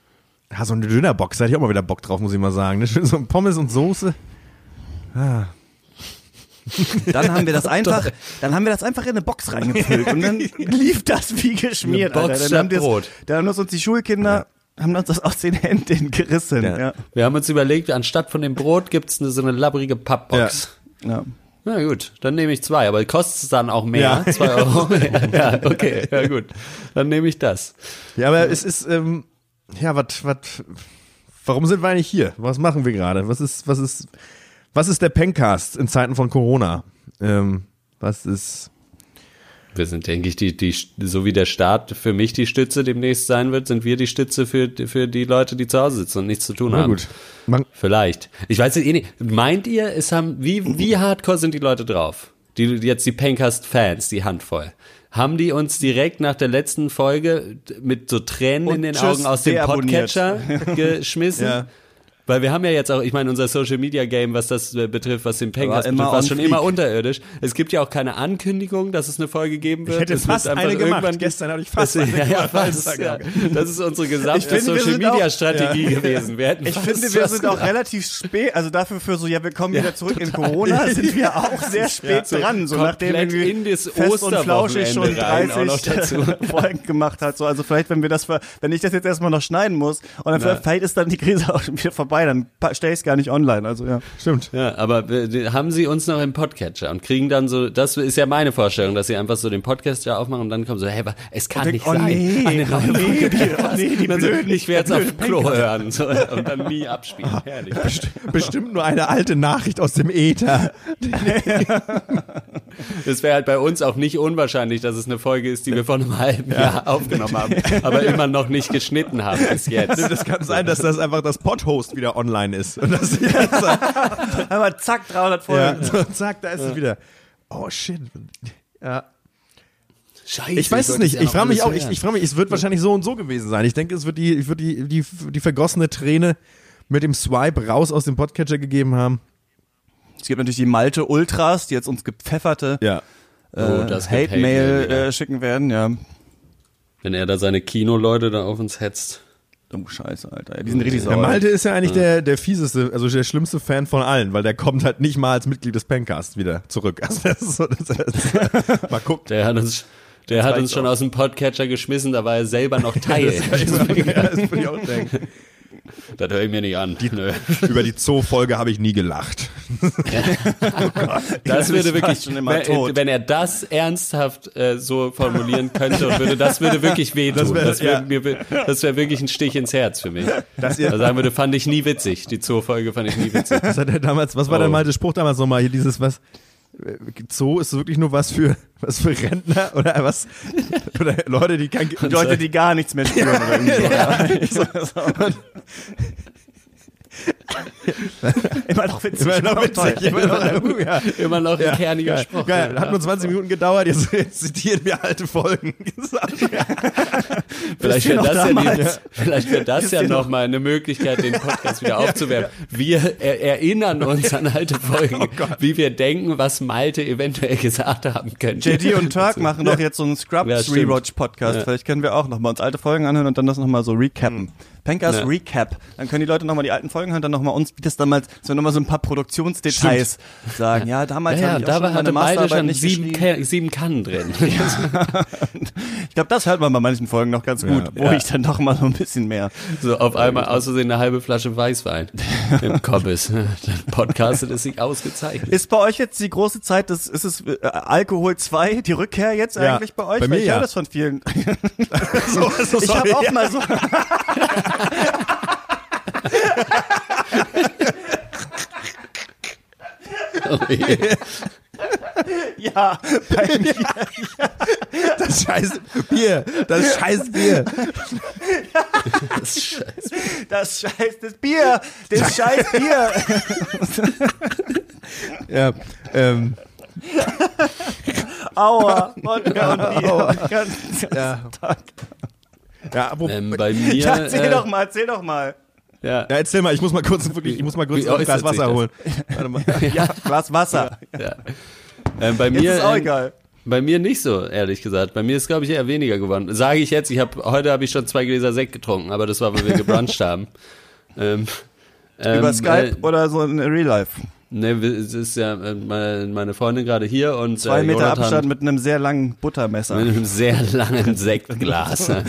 Ja, so eine Dönerbox, da hätte ich auch mal wieder Bock drauf, muss ich mal sagen. Ne? Schön so Pommes und Soße. Ah. Dann haben wir das einfach, dann haben wir das einfach in eine Box reingefüllt und dann lief das wie geschmiert. Eine Box Alter. Dann haben, statt Brot. dann haben uns die Schulkinder, ja. haben uns das aus den Händen gerissen. Ja. Ja. Wir haben uns überlegt, anstatt von dem Brot gibt's eine, so eine labbrige Pappbox. Ja. Ja. Na gut, dann nehme ich zwei, aber kostet es dann auch mehr? Ja. Zwei Euro mehr? Ja, okay, ja gut. Dann nehme ich das. Ja, aber es ist, ähm, ja, was, was, warum sind wir eigentlich hier? Was machen wir gerade? Was ist, was ist, was ist der Pencast in Zeiten von Corona? Ähm, was ist... Wir sind, denke ich, die, die, so wie der Staat für mich die Stütze demnächst sein wird, sind wir die Stütze für, für die Leute, die zu Hause sitzen und nichts zu tun Na haben. gut. Man Vielleicht. Ich weiß es eh nicht. Meint ihr, es haben, wie, wie hardcore sind die Leute drauf? Die, jetzt die Pencast-Fans, die Handvoll. Haben die uns direkt nach der letzten Folge mit so Tränen Und in den tschüss, Augen aus dem deabonniert. Podcatcher geschmissen? Ja. Weil wir haben ja jetzt auch, ich meine, unser Social-Media-Game, was das äh, betrifft, was den Pencast War immer betrifft, war on schon fleek. immer unterirdisch. Es gibt ja auch keine Ankündigung, dass es eine Folge geben wird. Ich hätte es fast wird einfach eine gemacht. irgendwann- Gestern habe ich fast das, eine ja, ja, gemacht bei das, ist, ja, Instagram. das ist unsere gesamte Ich finde, wir sind Social-Media-Strategie auch- gewesen. Wir hätten Ich fast finde, wir was sind auch gemacht. relativ spät, also dafür für so, ja, wir kommen Ja, wieder zurück in total. Corona, sind wir auch sehr spät so dran, so nachdem komplett irgendwie in das Fest und Flauschig schon Osterwochenende rein auch noch dreißig dazu. Folgen gemacht hat, so, also vielleicht, wenn wir das, ver- wenn ich das jetzt erstmal noch schneiden muss, und dann vielleicht, vielleicht ist dann die Krise auch schon wieder vorbei, dann stelle ich es gar nicht online, also ja. Stimmt. Ja, aber äh, haben sie uns noch im Podcatcher und kriegen dann so, das ist ja meine Vorstellung, dass sie einfach so den Podcatcher aufmachen und dann kommen so, hey, wa- es kann Und nicht denk, oh sein. nee, Eine neue oh nee, Folge die- Pencast. oh nee, die Und dann so, blöden- ich werde es blöden auf Klo hören so, und dann nie abspielen. Herrlich. Bestimmt nur eine alte Nachricht aus dem Äther. Es wäre halt bei uns auch nicht unwahrscheinlich, dass es eine Folge ist, die wir vor einem halben Jahr aufgenommen haben, aber immer noch nicht geschnitten haben bis jetzt. Das kann sein, dass das einfach das Podhost wieder online ist. Und das jetzt, Aber zack, dreihundert ja, Folgen. so, zack, da ist es wieder. Oh shit. Ja. Scheiße. Ich weiß es wollte nicht. ja Ich noch frage mich alles auch, ich, hören. ich frage mich, es wird wahrscheinlich so und so gewesen sein. Ich denke, es wird die, ich wird die, die, die vergossene Träne mit dem Swipe raus aus dem Podcatcher gegeben haben. Es gibt natürlich die Malte Ultras, die jetzt uns gepfefferte Ja. äh, Oh, das gibt Hate-Mail Hate-Mail wieder. äh, schicken werden, ja. Wenn er da seine Kinoleute da auf uns hetzt. Oh, scheiße, Alter. Die sind richtig Der sauer. Malte ist ja eigentlich der, der fieseste, also der schlimmste Fan von allen, weil der kommt halt nicht mal als Mitglied des Pencasts wieder zurück. Also das ist so, das ist, mal gucken. Der hat uns, der hat weiß uns schon auch. aus dem Podcatcher geschmissen, da war er selber noch Teil. Das würde ich auch denken. Das höre ich mir nicht an. Nö. Über die Zoo-Folge habe ich nie gelacht. Das würde Ich war wirklich, schon immer wenn, tot. wenn er das ernsthaft äh, so formulieren könnte und würde, das würde wirklich wehtun. Das wär- Das wäre ja. mir, das wäre wirklich ein Stich ins Herz für mich. Das ihr- Da sagen würde, fand ich nie witzig. Die Zoo-Folge fand ich nie witzig. Was hat er damals, was war Oh. der Malte Spruch damals nochmal? Hier dieses, was, äh, Zoo ist wirklich nur was für, was für Rentner oder was, oder Leute, die kein, Die Leute, die gar nichts mehr spüren. Oder irgendwie so. Ja. So, so. Immer noch witzig. immer noch toll. witzig, immer noch, ja. Immer noch ein Ja, kerniger geil, Spruch. Geil, hat nur zwanzig Minuten gedauert, jetzt, jetzt zitieren wir alte Folgen. Vielleicht ihr wäre noch das, ja die, damals? vielleicht wär das Wisst ja ihr noch? nochmal eine Möglichkeit, den Podcast wieder aufzuwärmen. Wir er erinnern uns an alte Folgen, Oh Gott. wie wir denken, was Malte eventuell gesagt haben könnte. J D und Turk machen doch jetzt so einen Ja, Scrubs stimmt. Rewatch Podcast. Ja. Vielleicht können wir auch nochmal uns alte Folgen anhören und dann das nochmal so recappen. Pencast Ja. Recap. Dann können die Leute nochmal die alten Folgen hören, dann nochmal uns, wie das damals, so nochmal so ein paar Produktionsdetails sagen. Ja, damals Ja, habe ja, ich auch da schon war, meine hatte Malte Masterarbeit schon nicht sieben, geschrieben. Ka sieben Kannen drin. Ich glaube, das hört man bei manchen Folgen noch ganz gut, wo ja. ich dann doch mal so ein bisschen mehr. So auf einmal aus Versehen eine halbe Flasche Weißwein im Koppes. Dann podcastet es sich ausgezeichnet. Ist bei euch jetzt die große Zeit, des, ist es äh, Alkohol zwei, die Rückkehr jetzt Ja, eigentlich bei euch? bei Weil mir ich ja. höre das von vielen. so, so, Ich sorry. habe auch mal so. Oh je. Ja, bei mir. Das scheiß Bier, das scheiß Bier. Das ist scheiße. Das scheiß das Bier, das scheiß Bier. Ja, ähm, Aua, Wodka und Bier. den ganzen ja. Tag. Ja, apropos, Ähm, bei mir. Ja, erzähl äh, doch mal, erzähl doch mal. Ja, ja, erzähl mal, ich muss mal kurz wirklich, ich muss mal kurz Wie ein Glas äußert sich Wasser das? holen. Warte mal. Ja, Glas Wasser. ja. Ähm, bei Jetzt mir. ist auch ähm, egal. Bei mir nicht so, ehrlich gesagt. Bei mir ist, glaube ich, eher weniger geworden. Sage ich jetzt, ich hab, heute habe ich schon zwei Gläser Sekt getrunken, aber das war, weil wir gebruncht haben. Ähm, Über ähm, Skype äh, oder so in Real Life? Ne, es ist ja äh, meine, meine Freundin gerade hier und Zwei äh, Meter Jonathan Abstand mit einem sehr langen Buttermesser. mit einem sehr langen Sektglas. sehr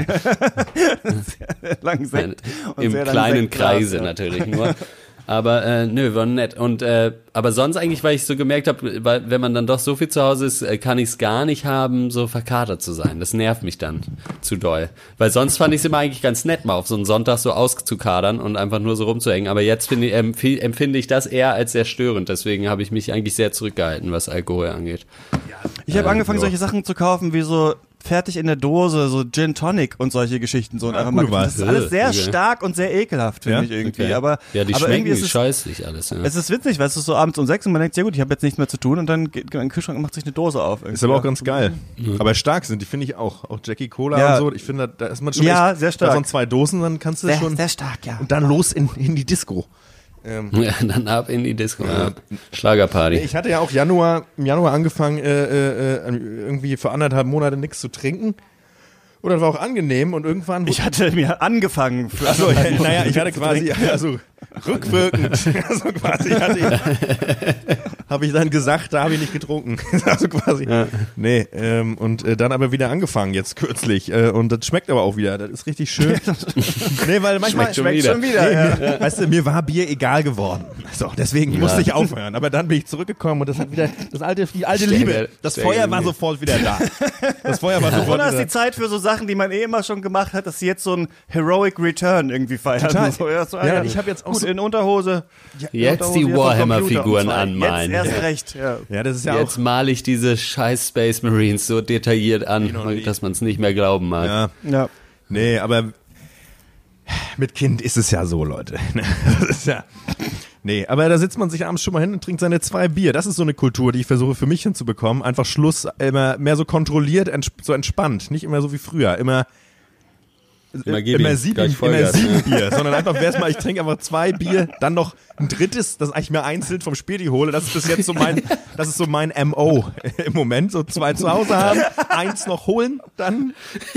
langen Sekt und Im sehr langen kleinen Sektglas, Kreise ja. natürlich nur. Aber äh, nö, war nett. Und äh, aber sonst eigentlich, weil ich so gemerkt habe, weil wenn man dann doch so viel zu Hause ist, äh, kann ich es gar nicht haben, so verkatert zu sein. Das nervt mich dann zu doll. Weil sonst fand ich es immer eigentlich ganz nett, mal auf so einen Sonntag so auszukadern und einfach nur so rumzuhängen. Aber jetzt finde ich, empf- empfinde ich das eher als sehr störend. Deswegen habe ich mich eigentlich sehr zurückgehalten, was Alkohol angeht. Ich habe Ähm, angefangen, jo. solche Sachen zu kaufen, wie so fertig in der Dose, so Gin Tonic und solche Geschichten. So und einfach mal, das ist alles sehr Okay. stark und sehr ekelhaft, finde Ja? ich irgendwie. Okay. Aber, ja, die aber schmecken irgendwie ist es, scheißlich alles. Ja. es ist witzig, weil es ist so abends um sechs und man denkt, ja gut, ich habe jetzt nichts mehr zu tun und dann geht man in den Kühlschrank und macht sich eine Dose auf. Irgendwie. Ist aber auch ganz geil. Aber stark sind die, finde ich auch. Auch Jackie Cola Ja. und so. Ich finde, da ist man schon Ja, echt, sehr stark. Da sind zwei Dosen, dann kannst du sehr, schon. sehr stark, ja. Und dann los in, in die Disco. Ähm, Ja, dann ab in die Disco. Ja. Schlagerparty. ich hatte ja auch Januar, im Januar angefangen, äh, äh, äh, irgendwie für anderthalb Monate nichts zu trinken. Und das war auch angenehm und irgendwann. Ich hatte mir angefangen. Für Also, ja, naja, ich hatte quasi, also rückwirkend, also quasi hatte ich, habe ich dann gesagt, da habe ich nicht getrunken. Also quasi, Ja. nee, ähm, und äh, dann aber wieder angefangen, jetzt kürzlich. Äh, und das schmeckt aber auch wieder, das ist richtig schön. Nee, weil manchmal Schmeckt schon wieder. schon wieder. Nee, Ja. mir, weißt du, mir war Bier egal geworden. So, deswegen musste ich aufhören. Aber dann bin ich zurückgekommen und das hat wieder, das alte, die alte Stell Liebe, dir- das stell Feuer dir- war sofort wieder da. Das Feuer war sofort Corona ist wieder die Zeit für so Sachen, die man eh immer schon gemacht hat, dass sie jetzt so ein Heroic Return irgendwie feiern. Total. So, ja, so, Ja, Alter, ich hab jetzt auch gut so- in Unterhose. Jetzt Unterhose die hier vom Warhammer-Figuren Computer und zwar anmalen. Jetzt erst recht, ja. Ja, das ist ja Jetzt auch. male ich diese scheiß Space Marines so detailliert an, dass man es nicht mehr glauben mag. Ja. Ja. Nee, aber mit Kind ist es ja so, Leute. Das ist ja. Nee, aber da sitzt man sich abends schon mal hin und trinkt seine zwei Bier. Das ist so eine Kultur, die ich versuche für mich hinzubekommen. Einfach Schluss, immer mehr so kontrolliert, ents- so entspannt. Nicht immer so wie früher. Immer, Immer gib immer ihm, sieben, gleich immer Vollgas, sieben ja. Bier. Sondern einfach, wär's mal, ich trinke einfach zwei Bier, dann noch ein drittes, das eigentlich mir einzeln vom Späti hole. Das ist bis jetzt so mein, das ist so mein M O im Moment. So zwei zu Hause haben, eins noch holen, dann,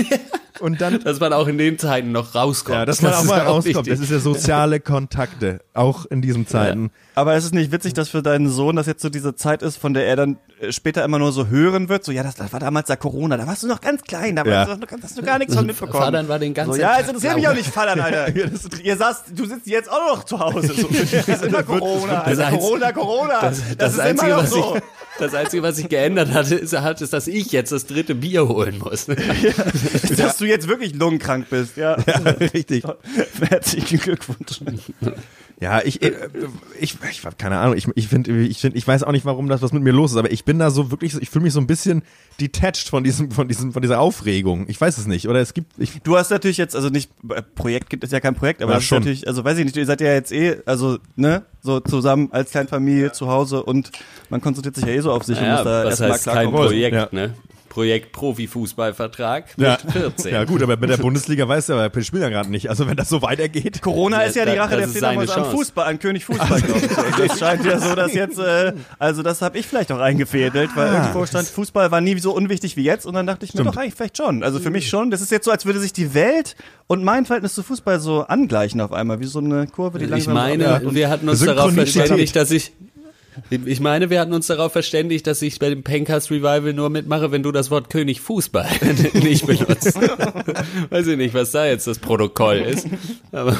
und dann Dass man auch in den Zeiten noch rauskommt. ja, dass man auch mal ist rauskommt. wichtig. Das ist ja soziale Kontakte, auch in diesen Zeiten. Aber ist es nicht witzig, dass für deinen Sohn das jetzt so diese Zeit ist, von der er dann äh, später immer nur so hören wird? So, ja, das, das war damals da Corona, da warst du noch ganz klein, da Ja. warst du noch, hast du gar nichts von mitbekommen. Vatern war den ganzen so, ja, Tag es interessiert mich auch nicht, Vatern, Alter. Ja, das Ihr saßt, du sitzt jetzt auch noch zu Hause. So, das ist immer Corona, das Alter. Einz- Corona, Corona. Das, Das, ist Einzige, immer noch was so. ich, das Einzige, was sich geändert hatte, ist, hat, ist, dass ich jetzt das dritte Bier holen muss. Dass du jetzt wirklich lungenkrank bist, ja. Richtig. Herzlichen Glückwunsch. Ja, ich, ich, ich, ich keine Ahnung, ich, ich finde, ich finde, ich weiß auch nicht, warum das was mit mir los ist, aber ich bin da so wirklich, so- ich fühle mich so ein bisschen detached von diesem, von diesem, von dieser Aufregung. Ich weiß es nicht, oder es gibt, ich, Du hast natürlich jetzt, also nicht, äh, Projekt gibt es ja kein Projekt, aber Ja, das ist schon. natürlich, also weiß ich nicht, ihr seid ja jetzt eh, also, ne, so zusammen als Kleinfamilie zu Hause und man konzentriert sich ja eh so auf sich und Ja, muss da was erstmal heißt kein klarkommen. Projekt, Ja. ne? Projekt Profifußballvertrag mit ja, vierzehn. ja gut, aber mit der Bundesliga weiß ja, wir spielen ja gerade nicht. Also wenn das so weitergeht. Corona ist ja die Da- Rache das der ist Fledermaus seine am Chance. Fußball, an König Fußball, glaube ich. Und das scheint ja so, dass jetzt, äh, also das habe ich vielleicht auch eingefädelt, weil irgendwo stand, Fußball war nie so unwichtig wie jetzt und dann dachte ich mir Stimmt. doch eigentlich vielleicht schon. Also für mich schon. Das ist jetzt so, als würde sich die Welt und mein Verhältnis zu Fußball so angleichen auf einmal, wie so eine Kurve, die Ich langsam meine, abfährt und wir hatten uns darauf Synchronität. verständigt, dass ich ich meine, wir hatten uns darauf verständigt, dass ich bei dem Pencast Revival nur mitmache, wenn du das Wort König Fußball nicht benutzt. Weiß ich nicht, was da jetzt das Protokoll ist. Aber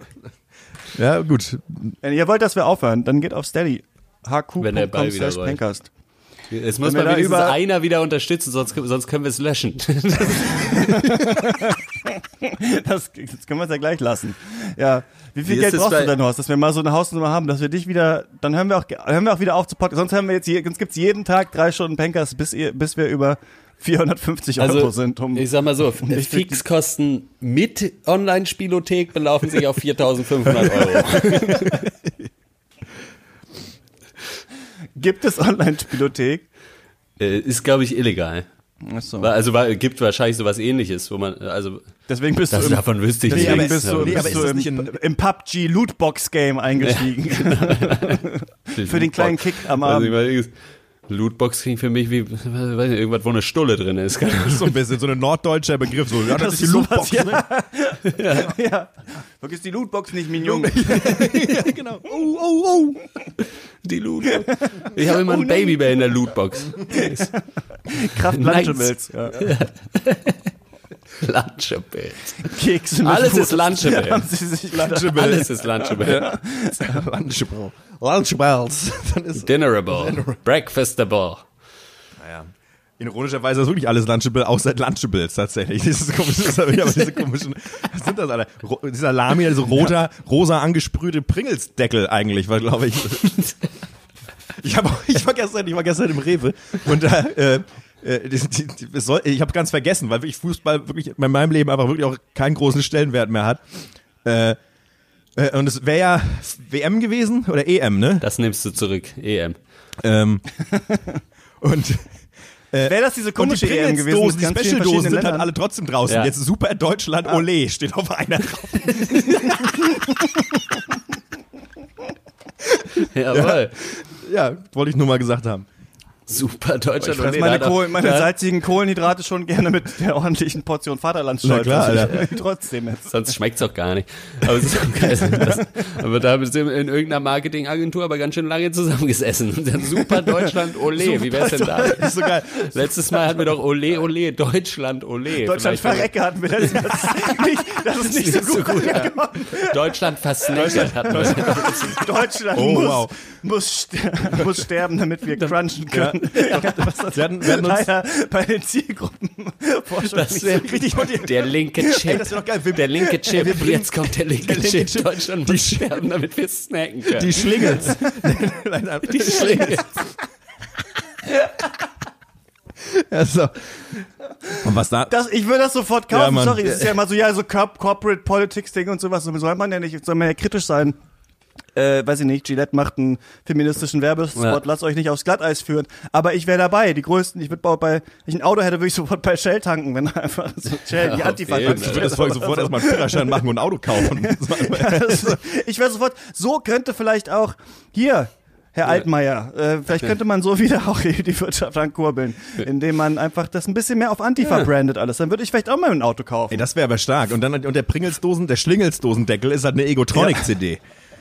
Ja, gut. Wenn ihr wollt, dass wir aufhören, dann geht auf Steady. Wenn der Ball hq.com wieder slash rollt. Pencast. es muss wir mal da wenigstens über- einer wieder unterstützen, sonst, sonst können wir es löschen. Das, das können wir es ja gleich lassen. Ja. Wie viel Wie ist Geld das brauchst bei- du denn, Horst, dass wir mal so eine Hausnummer haben, dass wir dich wieder, dann hören wir auch, hören wir auch wieder auf zu podcasten. Sonst hören wir jetzt, je- sonst gibt's jeden Tag drei Stunden Pencast, bis ihr, bis wir über vierhundertfünfzig Euro Also, sind. Um, ich sag mal so, Fixkosten mit Online-Spielothek belaufen sich auf viertausendfünfhundert Euro. gibt es Online-Spielothek? Äh, ist, glaube ich, illegal. Achso. War- Also war, gibt wahrscheinlich sowas ähnliches, wo man, also Deswegen bist das du im, davon wüsste ich deswegen nichts. bist du, Nee, aber bist ist du das im, nicht in- im P U B G Lootbox Game eingestiegen. Für den kleinen Kick am Also ich Abend. meine, Lootbox klingt für mich wie, weiß nicht, irgendwas, wo eine Stulle drin ist. Das ist so ein bisschen so ein norddeutscher Begriff. So, ja, das, das ist die Lootbox. Sowas, ja. Ja. Ja. Vergiss die Lootbox nicht, mein Junge. Ja, genau. Oh, oh, oh. Die Lootbox. Ich habe immer ein Babybär in der Lootbox. Kraft Lunchables. Ja. Lunchables. Kekse mit Alles Fuß. ist Lunchables. Haben sie sich Lunchables. Alles ist Lunchable. Ja. Lunchable. Lunchables. Dann ist Dinnerable. Breakfastable. Naja. Ironischerweise ist wirklich alles Lunchable, außer Lunchables tatsächlich. Dieses komische, das aber diese komischen, was sind das alle? Ro, dieser Lami, also roter, rosa angesprühte Pringles-Deckel eigentlich, war, glaube ich. Ich, hab, ich, war gestern, ich war gestern im Rewe und da, äh, äh, die, die, die, soll, ich habe ganz vergessen, weil wirklich Fußball wirklich in meinem Leben einfach wirklich auch keinen großen Stellenwert mehr hat. Äh, äh, und es wäre ja W M gewesen oder E M, ne? Das nimmst du zurück, E M. Ähm, und Äh, Wäre das diese komische und die E M gewesen? Dosen, die mit ganz vielen Special-Dosen sind verschiedenen halt alle trotzdem draußen. Ja. Jetzt Super Deutschland Olé steht auf einer drauf. Jawohl. Ja, wollte ich nur mal gesagt haben. Super Deutschland. Ich fresse nee, meine, da hat Kohl, er- meine da- salzigen Kohlenhydrate schon gerne mit der ordentlichen Portion Vaterlandsstolz. Na klar, Also Alter. ich- Trotzdem jetzt. Sonst schmeckt's auch gar nicht. Aber, es ist auch geil, das, aber da sind wir in irgendeiner Marketingagentur aber ganz schön lange zusammengesessen. Und dann Super Deutschland Olé. Wie wär's denn da? Das ist so geil. Letztes Mal hatten wir doch Olé, Olé, Deutschland Olé. Deutschland Vielleicht- Verrecke hatten wir letztes Mal. Das ist nicht, das ist nicht so gut. ja. Deutschland versnackert hatten wir. Deutschland Oh, muss, wow. muss, ster muss sterben, damit wir crunchen können. Was das Wir hatten- wir hatten uns- leider bei den Zielgruppen Forschung Das nicht wär so richtig motiviert. Der linke Chip. Ey, das wär doch geil. Wir- der linke Chip. wir bringen- Jetzt kommt der linke, der linke Chip. Chip. Deutschland muss sterben, damit wir snacken können. Die Schlingels. Die Schlinge. Also. Und was da? Das, ich würde das sofort kaufen, Ja, Mann. sorry, es ist ja immer so, ja, so Corp Corporate Politics Ding und sowas, so soll man ja nicht, soll man ja kritisch sein. Äh, weiß ich nicht, Gillette macht einen feministischen Werbespot, Ja. lasst euch nicht aufs Glatteis führen. Aber ich wäre dabei, die größten, ich würde bei, bei, wenn ich ein Auto hätte, würde ich sofort bei Shell tanken, wenn einfach so Shell, die Ja, Antifa auf jeden tanken. Ich würde das Volk sofort erstmal einen Führerschein machen und ein Auto kaufen. Also, ich wäre sofort, so könnte vielleicht auch, hier, Herr Altmaier, äh, vielleicht könnte man so wieder auch die Wirtschaft ankurbeln, indem man einfach das ein bisschen mehr auf Antifa brandet alles. Dann würde ich vielleicht auch mal ein Auto kaufen. Ey, das wäre aber stark. Und dann und der Pringelsdosen, der Schlingelsdosendeckel ist halt eine Egotronic-C D.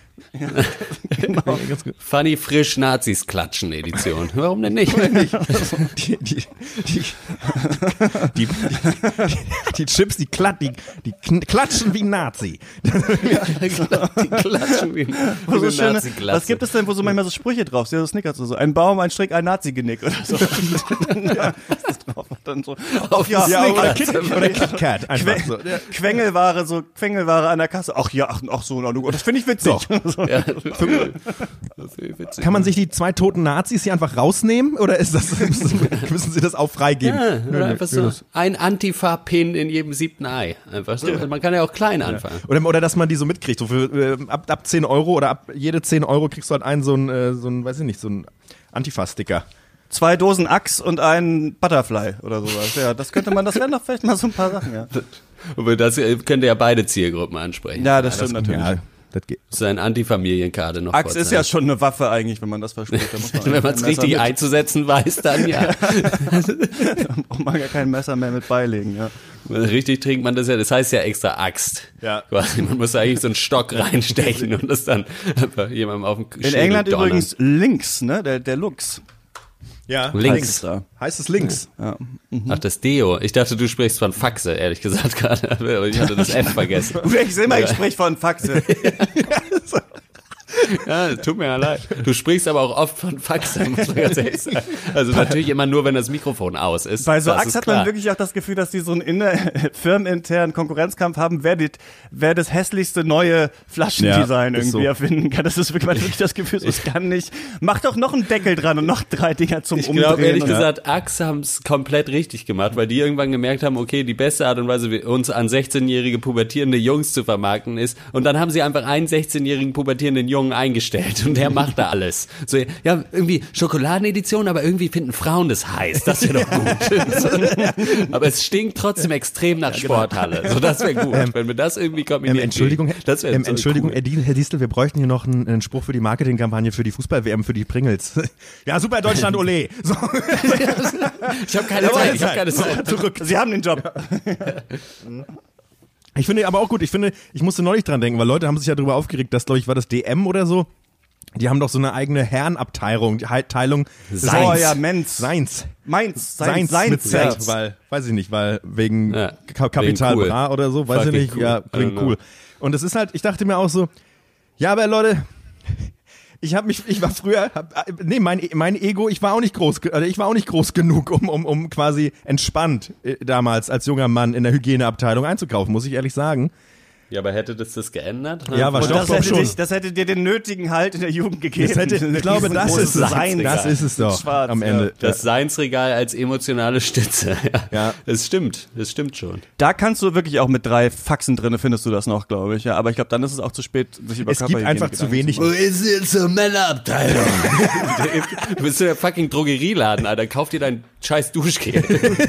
Genau. Funny frisch Nazis klatschen Edition. Warum denn nicht? Die, die, die, die, die, die Chips, die, klatt, die, die kn- klatschen wie ein Nazi. Die klatschen wie, Wo wie so eine schöne, Nazi-Glatze. was gibt es denn, wo so manchmal so Sprüche drauf sind, so Snickers oder so? Ein Baum, ein Strick, ein Nazi-Genick oder so. Ja, ist das drauf. Und dann so, Auf ja, Ja, oder, Snickers. Kit, oder KitKat. Einfach Quä- so. Ja. Quengelware, so Quengelware an der Kasse. Ach ja, ach, ach so, na, du, das finde ich witzig. So. Ja, das finde ich witzig. Kann man sich die zwei toten Nazis hier einfach rausnehmen? Oder ist das, müssen sie das auch freigeben? Ja, Nö, oder nö, einfach nö, so das- ein Antifa-Pin in jedem siebten Ei. Einfach so. Man kann ja auch klein anfangen. Oder, oder dass man die so mitkriegt. So für, äh, ab, ab zehn Euro oder ab jede zehn Euro kriegst du halt einen so einen, äh, so einen, weiß ich nicht, so einen Antifa-Sticker. Zwei Dosen Axe und ein Butterfly oder sowas. Ja, das könnte man, das wären doch vielleicht mal so ein paar Sachen, ja. Aber das äh, könnte ja beide Zielgruppen ansprechen. Ja, das stimmt natürlich. Ja, das geht. So eine Antifamilienkarte noch. Axt ist ja vorzeigen. schon eine Waffe eigentlich, wenn man das verspricht. Da muss man Wenn man es kein Messer richtig mit, einzusetzen weiß, dann ja. braucht man gar kein Messer mehr mit beilegen, ja. Richtig trinkt man das ja, das heißt ja extra Axt. Ja. Quasi, man muss eigentlich so einen Stock reinstechen und das dann einfach jemandem auf den In Schädel England donnern. übrigens links, ne, der, der Lux. Ja, Links. Da. Heißt es links? Ja. Ach, das Deo. Ich dachte, du sprichst von Faxe, ehrlich gesagt gerade. Aber ich hatte das F vergessen. Du denkst immer, ich sprich von Faxe. Ja, tut mir ja leid. Du sprichst aber auch oft von Faxe, muss man ganz ehrlich sagen. Also natürlich immer nur, wenn das Mikrofon aus ist. Bei so Das Axt ist hat klar. man wirklich auch das Gefühl, dass die so einen inner, firmeninternen Konkurrenzkampf haben, wer, die, wer das hässlichste neue Flaschendesign Ja, ist irgendwie so. erfinden kann. Das ist wirklich, man hat wirklich das Gefühl, so, es kann nicht. Mach doch noch einen Deckel dran und noch drei Dinger zum Ich Umdrehen. glaube, ehrlich und- gesagt, Axe haben es komplett richtig gemacht, weil die irgendwann gemerkt haben, okay, die beste Art und Weise, wie uns an sechzehnjährige pubertierende Jungs zu vermarkten ist. Und dann haben sie einfach einen sechzehnjährigen pubertierenden Jungen eingestellt und der macht da alles. So, ja, irgendwie Schokoladenedition, aber irgendwie finden Frauen das heiß. Das wäre doch gut. So, aber es stinkt trotzdem extrem nach Sporthalle. So, das wäre gut. Ähm, Wenn wir das irgendwie kombinieren. Ähm, Entschuldigung, das ähm, so Entschuldigung cool. Herr Distel, wir bräuchten hier noch einen, einen Spruch für die Marketingkampagne für die Fußball-W M für die Pringles. Ja, super, Deutschland, ole. So. Ich habe keine Zeit, ich habe keine Zeit. Zurück. Sie haben den Job. Ich finde aber auch gut, ich finde, ich musste neulich dran denken, weil Leute haben sich ja darüber aufgeregt, dass, glaube ich, war das D M oder so, die haben doch so eine eigene Herrenabteilung, Teilung. Seins. Oh ja, Menz. Seins. Meins. Seins, Seins mit Z, Seins. weil, weiß ich nicht, weil wegen Ja, Ka- Kapital wegen cool. Bra oder so, weiß Fucking ich nicht, cool. ja, I klingt don't know. cool. Und es ist halt, ich dachte mir auch so, ja, aber Leute, ich habe mich, ich war früher, hab, nee, mein, mein Ego, ich war auch nicht groß, also ich war auch nicht groß genug, um, um, um quasi entspannt äh, damals als junger Mann in der Hygieneabteilung einzukaufen, muss ich ehrlich sagen. Ja, aber hätte das das geändert? Ja, Und Doch, das doch hätte, schon. dich, das hätte dir den nötigen Halt in der Jugend gegeben. Das hätte, ich glaube, das ist es, Sein. das ist es doch Schwarz, am Ende. Das Seinsregal als emotionale Stütze. Ja. Ja. Das stimmt, das stimmt schon. Da kannst du wirklich auch mit drei Faxen drinne findest du das noch, glaube ich. Ja, aber ich glaube, dann ist es auch zu spät, sich über Es gibt einfach zu wenig. Wo ist jetzt zur Männerabteilung? Du bist in der fucking Drogerieladen, Alter. Kauf dir dein scheiß Duschgel.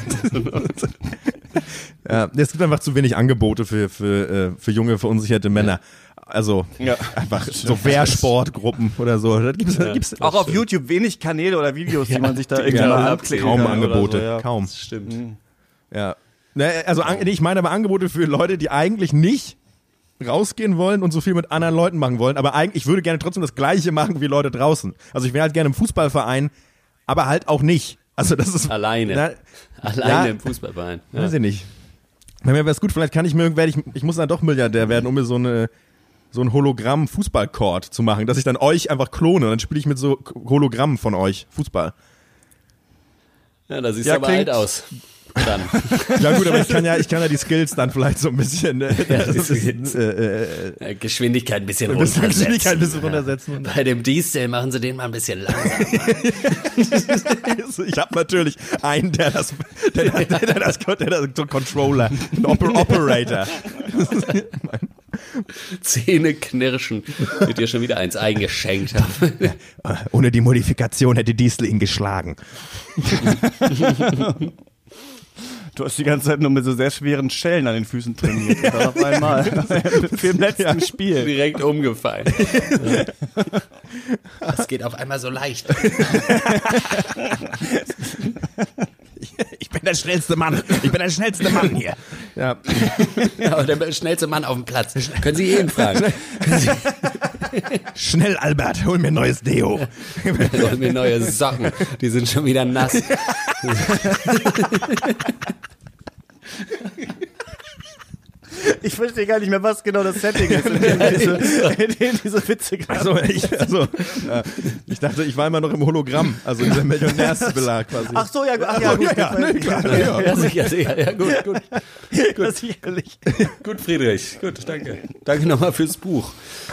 Ja, es gibt einfach zu wenig Angebote für, für, äh, für junge, verunsicherte Männer. Also Ja. einfach so Wehrsportgruppen oder so. Da gibt's, da gibt's Auch auf YouTube wenig Kanäle oder Videos, die man sich da irgendwie ja, mal kaum abklicken kaum kann oder Angebote, so, ja. kaum. Das stimmt. Ja. Ne, Also an- nee, ich meine aber Angebote für Leute, die eigentlich nicht rausgehen wollen und so viel mit anderen Leuten machen wollen, aber eigentlich, ich würde gerne trotzdem das Gleiche machen wie Leute draußen. Also ich wäre halt gerne im Fußballverein, aber halt auch nicht. Also das ist Alleine. Na, Alleine ja, im Fußballverein. Ja. weiß ich nicht. Bei mir wäre es gut, vielleicht kann ich mir irgendwer, ich, ich muss dann doch Milliardär werden, um mir so eine so ein Hologramm-Fußball-Court zu machen, dass ich dann euch einfach klone und dann spiele ich mit so Hologrammen von euch Fußball. Ja, da siehst Ja, du aber klingt- alt aus. Dann. Ja gut, aber ich kann ja, ich kann ja die Skills dann vielleicht so ein bisschen, äh, Ja, das das ist, ist- äh, äh, Äh, Geschwindigkeit ein bisschen ein bisschen runtersetzen. Geschwindigkeit ein bisschen runtersetzen. Bei dem Diesel machen sie den mal ein bisschen langsamer. Ich habe natürlich einen, der das, der, der, der, der das, der das so Controller, ein Oper, Operator. Zähne knirschen, mit dir schon wieder eins eingeschenkt haben. Ohne die Modifikation hätte Diesel ihn geschlagen. Du hast die ganze Zeit nur mit so sehr schweren Schellen an den Füßen trainiert. Und dann auf einmal. Für im letzten Spiel. Direkt umgefallen. Das geht auf einmal so leicht. Ich bin der schnellste Mann. Ich bin der schnellste Mann hier. Ja. Ja, und der schnellste Mann auf dem Platz. Können Sie jeden fragen. Können Sie Schnell, Albert, hol mir neues Deo. holen mir neue Socken. Die sind schon wieder nass. Ich verstehe gar nicht mehr, was genau das Setting ist, in dem diese, in dem diese Witze gerade. Also, ich, also, ja, ich dachte, ich war immer noch im Hologramm, also dieser Millionärsbelag quasi. Ach so, ja, ach ja, gut. ja, ja, nee, klar, ja. Ja, sicher, sicher. Ja, gut, gut. Gut, sicherlich. Gut, Friedrich. Gut, danke. Danke nochmal fürs Buch.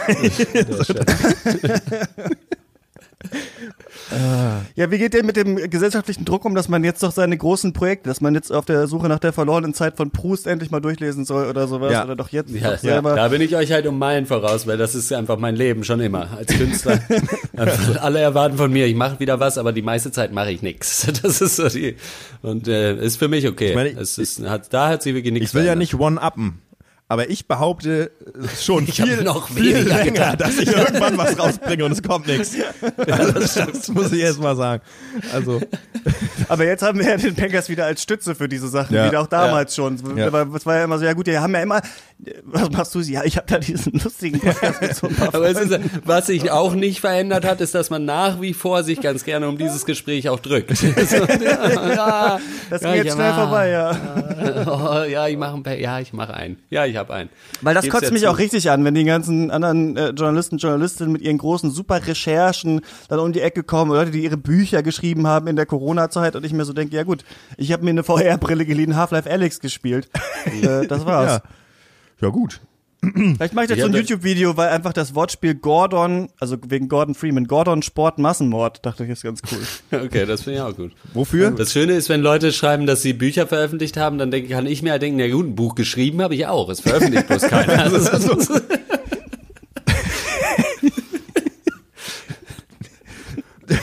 Ja, wie geht denn mit dem gesellschaftlichen Druck um, dass man jetzt doch seine großen Projekte, dass man jetzt auf der Suche nach der verlorenen Zeit von Proust endlich mal durchlesen soll oder sowas, Ja. oder doch jetzt Ja, doch selber. da bin ich euch halt um Meilen voraus, weil das ist einfach mein Leben schon immer als Künstler. Einfach alle erwarten von mir, ich mache wieder was, aber die meiste Zeit mache ich nichts. Das ist so die und äh, ist für mich okay. Ich meine, ich- es ist, hat, da hat sich wirklich nichts Ich will ja verändert. nicht one-uppen, aber ich behaupte schon Ich hab viel, noch viel weniger länger, getan. dass ich irgendwann was rausbringe und es kommt nichts. Also, das, das muss ich erst mal sagen. Also, Aber jetzt haben wir ja den Pankers wieder als Stütze für diese Sachen, Ja. wie auch damals schon. Ja. Weil es war ja immer so, ja gut, wir haben ja immer, was machst du? Ja, ich habe da diesen lustigen Podcast mit so ein paar Aber es Freunden. ist, was sich auch nicht verändert hat, ist, dass man nach wie vor sich ganz gerne um dieses Gespräch auch drückt. So, ja, Das ja, geht jetzt ich- schnell ah, vorbei, ja. Oh, ja, ich mache einen, Pa- ja, ich mache einen. Ja, ich habe einen. Weil das Geb's kotzt ja mich zu. auch richtig an, wenn die ganzen anderen äh, Journalisten, Journalistinnen mit ihren großen super Recherchen dann um die Ecke kommen, Leute, die ihre Bücher geschrieben haben in der Corona-Zeit und ich mir so denke, ja gut, ich habe mir eine V R-Brille geliehen, Half-Life Alyx gespielt. äh, das war's. ja. Ja, gut. Vielleicht mache ich jetzt Ich so ein hab- YouTube-Video, weil einfach das Wortspiel Gordon, also wegen Gordon Freeman, Gordon Sport Massenmord, dachte ich, ist ganz cool. Okay, das finde ich auch gut. Wofür? Das Schöne ist, wenn Leute schreiben, dass sie Bücher veröffentlicht haben, dann denke, kann ich mir halt denken, na gut, ein Buch geschrieben habe ich auch. Es veröffentlicht bloß keiner. Also, das ist-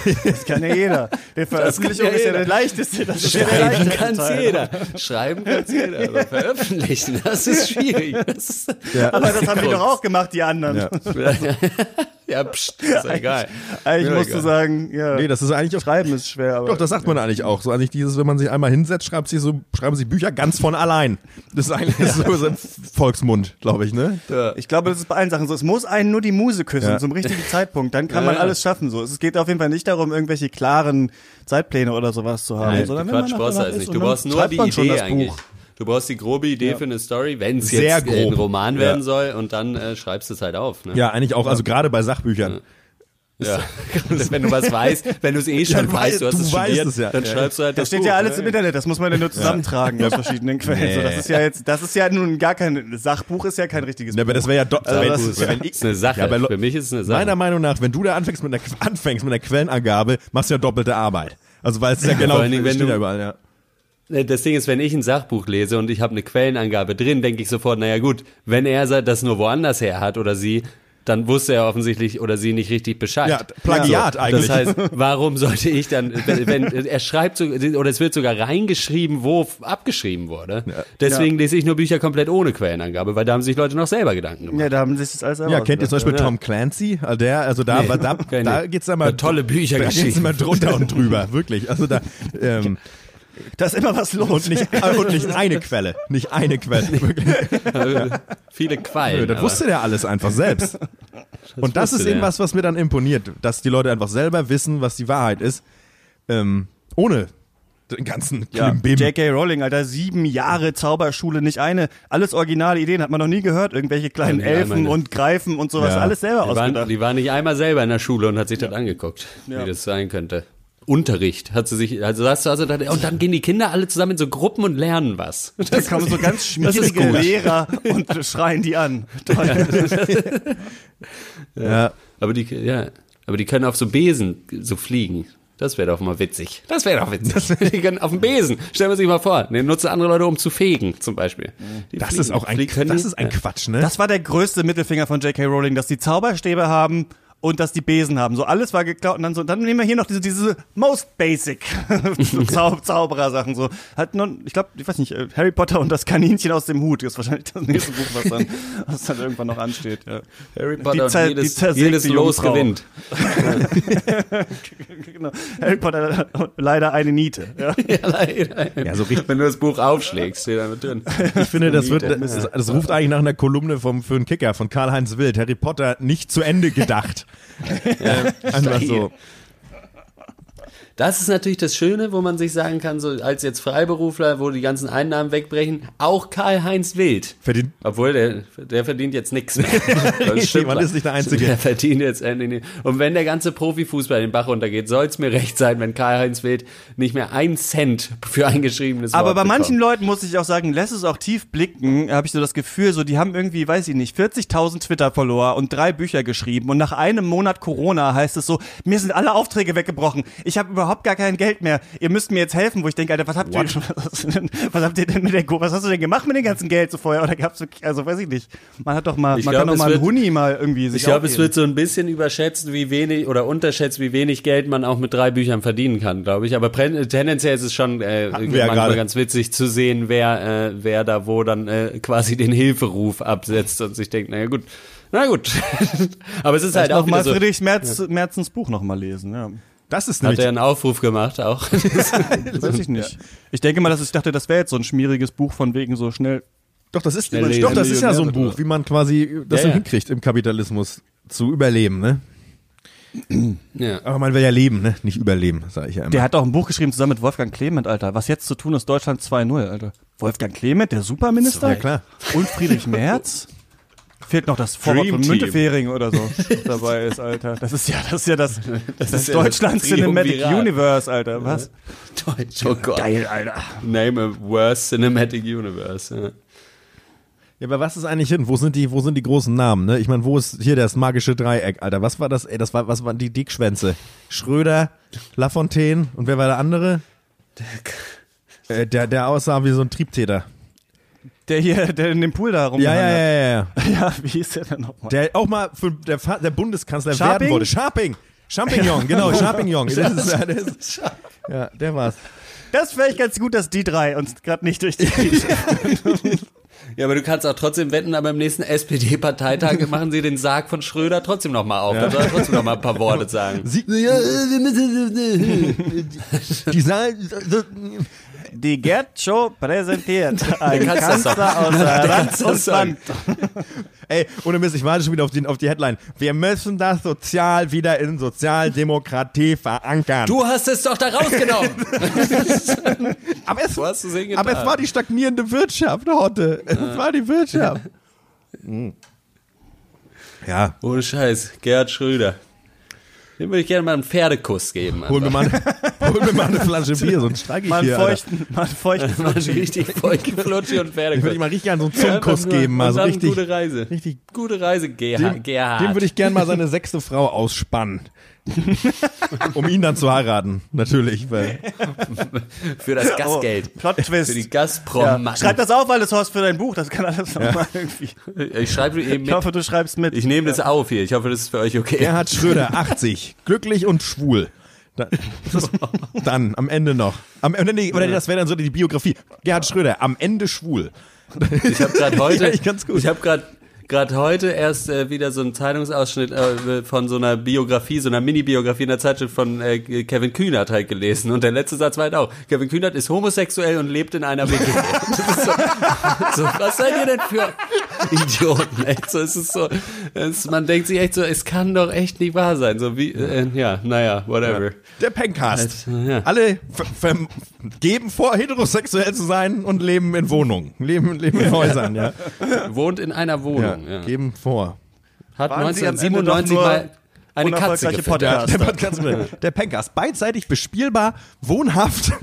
Das kann ja jeder. Der Veröffentlichung ja ist ja jeder. der leichteste. Das ist ja der Schreiben leichteste kann's Teil. jeder. Schreiben kann's jeder. Aber veröffentlichen, das ist schwierig. Das ist, Ja. Aber das haben die doch auch gemacht, die anderen. Ja. ja, pst, ist ja egal. Eigentlich Ja, musst egal. du sagen, ja, Nee, das ist eigentlich auch, schreiben ist schwer. Aber doch, das sagt man eigentlich auch. So eigentlich dieses, wenn man sich einmal hinsetzt, schreibt sich so, schreiben sich Bücher ganz von allein. Das ist eigentlich so, so ein Volksmund, glaube ich, ne? ich glaube, das ist bei allen Sachen so. Es muss einen nur die Muse küssen Ja. zum richtigen Zeitpunkt. Dann kann man Ja. alles schaffen. So. Es geht auf jeden Fall nicht darum, irgendwelche klaren Zeitpläne oder sowas zu haben. Nein, sondern wenn Quatsch, man brauchst du nach alles ist nicht. und Du dann brauchst nur schreibt die man schon Idee das eigentlich. Buch. Du brauchst die grobe Idee Ja. für eine Story, wenn es Sehr jetzt äh, ein grob. Roman Ja. werden soll und dann äh, schreibst du es halt auf. Ne? Ja, eigentlich auch, also gerade bei Sachbüchern. Ja. Wenn du was weißt, wenn du es eh schon du weißt, du hast weißt- es du weißt studiert, es ja. dann Ja. schreibst du halt Das das steht Buch, ja alles ne? im Internet, das muss man ja nur zusammentragen aus verschiedenen Quellen. Nee. So, das ist ja jetzt, das ist ja nun gar kein Sachbuch, ist ja kein richtiges Ja, aber das wäre ja doch, Also wenn, das ist- wenn Das ich, ist eine Sache. Ja, bei Lo- Für mich ist es eine Sache. meiner Meinung nach, wenn du da anfängst mit einer, anfängst mit einer Quellenangabe, machst du ja doppelte Arbeit. Also, weil es ist ja genau, vor allen Dingen, wenn steht du- ja überall, ja. Das Ding ist, wenn ich ein Sachbuch lese und ich habe eine Quellenangabe drin, denke ich sofort, naja gut, wenn er das nur woanders her hat oder sie, dann wusste er offensichtlich oder sie nicht richtig Bescheid. Ja, Plagiat so, eigentlich. Das heißt, warum sollte ich dann, wenn, wenn er schreibt, so, oder es wird sogar reingeschrieben, wo abgeschrieben wurde. Deswegen lese ich nur Bücher komplett ohne Quellenangabe, weil da haben sich Leute noch selber Gedanken gemacht. Ja, da haben sich das alles Ja, kennt ihr zum Beispiel Ja. Tom Clancy? Also Der, also da, Nee, da, kenn da ich. geht's da mal, Hat tolle Bücher da geht's geschrieben. immer drunter und drüber, wirklich. Also da, ähm, Da ist immer was los. und nicht, und nicht eine Quelle, nicht eine Quelle, wirklich. Viele Quallen. Nö, das aber- wusste der alles einfach selbst. Und das ist wusste eben der. was, was mir dann imponiert, dass die Leute einfach selber wissen, was die Wahrheit ist, ähm, ohne den ganzen Ja, Klimbim. J K. Rowling, Alter, sieben Jahre Zauberschule, nicht eine. Alles originale Ideen, hat man noch nie gehört. Irgendwelche kleinen Ja, nicht Elfen einmal, ne. und Greifen und sowas, Ja. alles selber Die ausgedacht. waren, die war nicht einmal selber in der Schule und hat sich das angeguckt, Ja. wie das sein könnte. Unterricht hat sie sich, also hast du also, da- und dann gehen die Kinder alle zusammen in so Gruppen und lernen was. Da kommen so ganz Das ist schmierige gut. Lehrer und schreien die an. Toll. Ja. Aber die, ja, aber die können auf so Besen so fliegen. Das wäre doch mal witzig. Das wäre doch witzig. Die können auf dem Besen. Stellen wir sich mal vor. Den nutzen andere Leute, um zu fegen, zum Beispiel. Die Das fliegen- ist auch ein, fliegen können das die- ist ein ja. Quatsch, ne? Das war der größte Mittelfinger von J K. Rowling, dass die Zauberstäbe haben und dass die Besen haben. So alles war geklaut und dann so, dann nehmen wir hier noch diese, diese most basic so Zau Zauberer-Sachen. So. Hat nur, ich glaube, ich weiß nicht, äh, Harry Potter und das Kaninchen aus dem Hut ist wahrscheinlich das nächste Buch, was dann, was dann irgendwann noch ansteht. Ja. Harry Die Potter zer- und jedes, die zersägte jedes Los Jungfrau. gewinnt. Genau. Harry Potter leider eine Niete. Ja. Ja, leider. Ja, so richtig- Wenn du das Buch aufschlägst, steht da mit drin. Ich finde, das, wird, Miete. das, das ruft eigentlich nach einer Kolumne vom, für einen Kicker von Karl-Heinz Wild. Harry Potter nicht zu Ende gedacht. Einfach so. Das ist natürlich das Schöne, wo man sich sagen kann, so als jetzt Freiberufler, wo die ganzen Einnahmen wegbrechen, auch Karl-Heinz Wild. Verdient. Obwohl, der, der verdient jetzt nichts mehr. Das stimmt Man mal. ist nicht der Einzige. Der verdient jetzt endlich nicht. Und wenn der ganze Profifußball den Bach runtergeht, soll es mir recht sein, wenn Karl-Heinz Wild nicht mehr einen Cent für ein geschriebenes Aber Wort bei manchen bekommt. Leuten muss ich auch sagen, lässt es auch tief blicken, habe ich so das Gefühl, so die haben irgendwie, weiß ich nicht, vierzigtausend Twitter-Follower und drei Bücher geschrieben und nach einem Monat Corona heißt es so, mir sind alle Aufträge weggebrochen, ich habe überhaupt gar kein Geld mehr, ihr müsst mir jetzt helfen, wo ich denke, Alter, was habt ihr, was, was habt ihr denn mit der, was hast du denn gemacht mit dem ganzen Geld so vorher, oder gab's wirklich, also weiß ich nicht, man hat doch mal, Ich man glaub, kann doch es mal einen wird- Huni mal irgendwie sich Ich glaube, es aufgeben. wird so ein bisschen überschätzt, wie wenig oder unterschätzt, wie wenig Geld man auch mit drei Büchern verdienen kann, glaube ich. Aber pre- tendenziell ist es schon äh, Hatten wir ja manchmal gerade. ganz witzig zu sehen, wer, äh, wer da wo dann äh, quasi den Hilferuf absetzt und sich denkt, naja gut, na gut. Aber es ist halt Vielleicht auch noch mal wieder so, Friedrich Merz, Merzens Buch noch mal lesen, ja. Das ist hat nämlich. er einen Aufruf gemacht auch. Weiß ich nicht. Ich denke mal, dass ich dachte, das wäre jetzt so ein schmieriges Buch von wegen so schnell. Doch, das ist, Schnell doch, lesen. das ist ja so ein Millionär Buch, wie man quasi das Ja, so ja. hinkriegt, im Kapitalismus zu überleben, ne? Ja. Aber man will ja leben, ne? Nicht überleben, sage ich ja immer. Der hat auch ein Buch geschrieben zusammen mit Wolfgang Clement, Alter. Was jetzt zu tun ist, Deutschland zwei null, Alter. Wolfgang Clement, der Superminister? Ja, klar. Und Friedrich Merz? Fehlt noch das Vorwort Dream von Team. Müntefering oder so, was dabei ist, Alter. Das ist ja, das ist ja das, das, ist ist ja Deutschland das Cinematic Triumvirat. Universe, Alter. Was? Deutsch, oh Gott. Geil, Alter. Name a worst cinematic universe. Ja. Ja, aber was ist eigentlich hin? Wo sind die, wo sind die großen Namen, ne? Ich meine, wo ist hier das magische Dreieck, Alter? Was war das, ey, das war, was waren die Dickschwänze? Schröder, Lafontaine und wer war der andere? Der, äh, der, der aussah wie so ein Triebtäter. Der hier, der in dem Pool da Ja, rumgehangen ja, ja, ja, ja. hat. Ja, wie ist der denn nochmal? Der auch mal für der, Fa- der Bundeskanzler Scharping? werden wollte. Scharping! Champignon, genau, Champignon. Das ist, ja, das ist, ja, der war's. Das wäre echt ganz gut, dass die drei uns gerade nicht durch die Krise. Ja, aber du kannst auch trotzdem wetten, aber im nächsten S P D-Parteitag machen sie den Sarg von Schröder trotzdem nochmal auf. Ja. Da soll er trotzdem nochmal ein paar Worte sagen. Sie, ja, wir müssen, die sagen, Die Gerd Show präsentiert ein kannst das Kanzler aus Der Rand kannst das und sagen. Band. Ey, ohne Mist, ich warte schon wieder auf die, auf die Headline. Wir müssen das sozial wieder in Sozialdemokratie verankern. Du hast es doch da rausgenommen. aber es, Du hast es hingetan. aber es war die stagnierende Wirtschaft, Hotte. Es war die Wirtschaft. Ja. Ohne Scheiß, Gerhard Schröder. Dem würde ich gerne mal einen Pferdekuss geben. Hol mir, mal, hol mir mal eine Flasche Bier, sonst steige ich Mal hier. einen Alter. feuchten, mal einen feuchten Mal richtig feuchten Flutschi und Ich Pferdekuss. würde ihm mal richtig gerne so einen Zungenkuss Einfach nur- geben. Mal und so dann richtig, gute Reise. richtig. Gute Reise, Gerhard. Dem, Gerhard. dem würde ich gerne mal seine sechste Frau ausspannen. Um ihn dann zu heiraten, natürlich. Weil Für das Gastgeld. Oh, Plot-Twist. Für die Gazprom. Ja. Schreib das auf, alles Horst, für dein Buch. Das kann alles nochmal irgendwie. Ich schreibe eben Ich mit. hoffe, du schreibst mit. Ich nehme das auf hier. Ich hoffe, das ist für euch okay. Gerhard Schröder, achtzig, glücklich und schwul. Da, das, dann, am Ende noch. Am, oder nee, oder das wäre dann so die Biografie. Gerhard Schröder, am Ende schwul. Ich habe gerade heute, Ja, ganz gut. ich habe gerade gerade heute erst äh, wieder so einen Zeitungsausschnitt äh, von so einer Biografie, so einer Mini-Biografie in der Zeitschrift von äh, Kevin Kühnert halt gelesen. Und der letzte Satz war halt auch, Kevin Kühnert ist homosexuell und lebt in einer W G. Das ist so, so, was seid ihr denn für Idioten? Echt? So, es ist so, es, man denkt sich echt so, es kann doch echt nicht wahr sein. So wie, äh, ja, naja, whatever. Der Pencast. Halt, ja. Alle ver- ver- geben vor, heterosexuell zu sein und leben in Wohnungen. Leben, leben in Häusern, ja. Wohnt in einer Wohnung. ja. Ja. Geben vor. Hat Waren Sie am Ende neunzehnhundertsiebenundneunzig doch nur mal eine Katze unerfolgreiche gefüttert. Podcast. Der, Podcast, der Pencast. Beidseitig bespielbar, wohnhaft.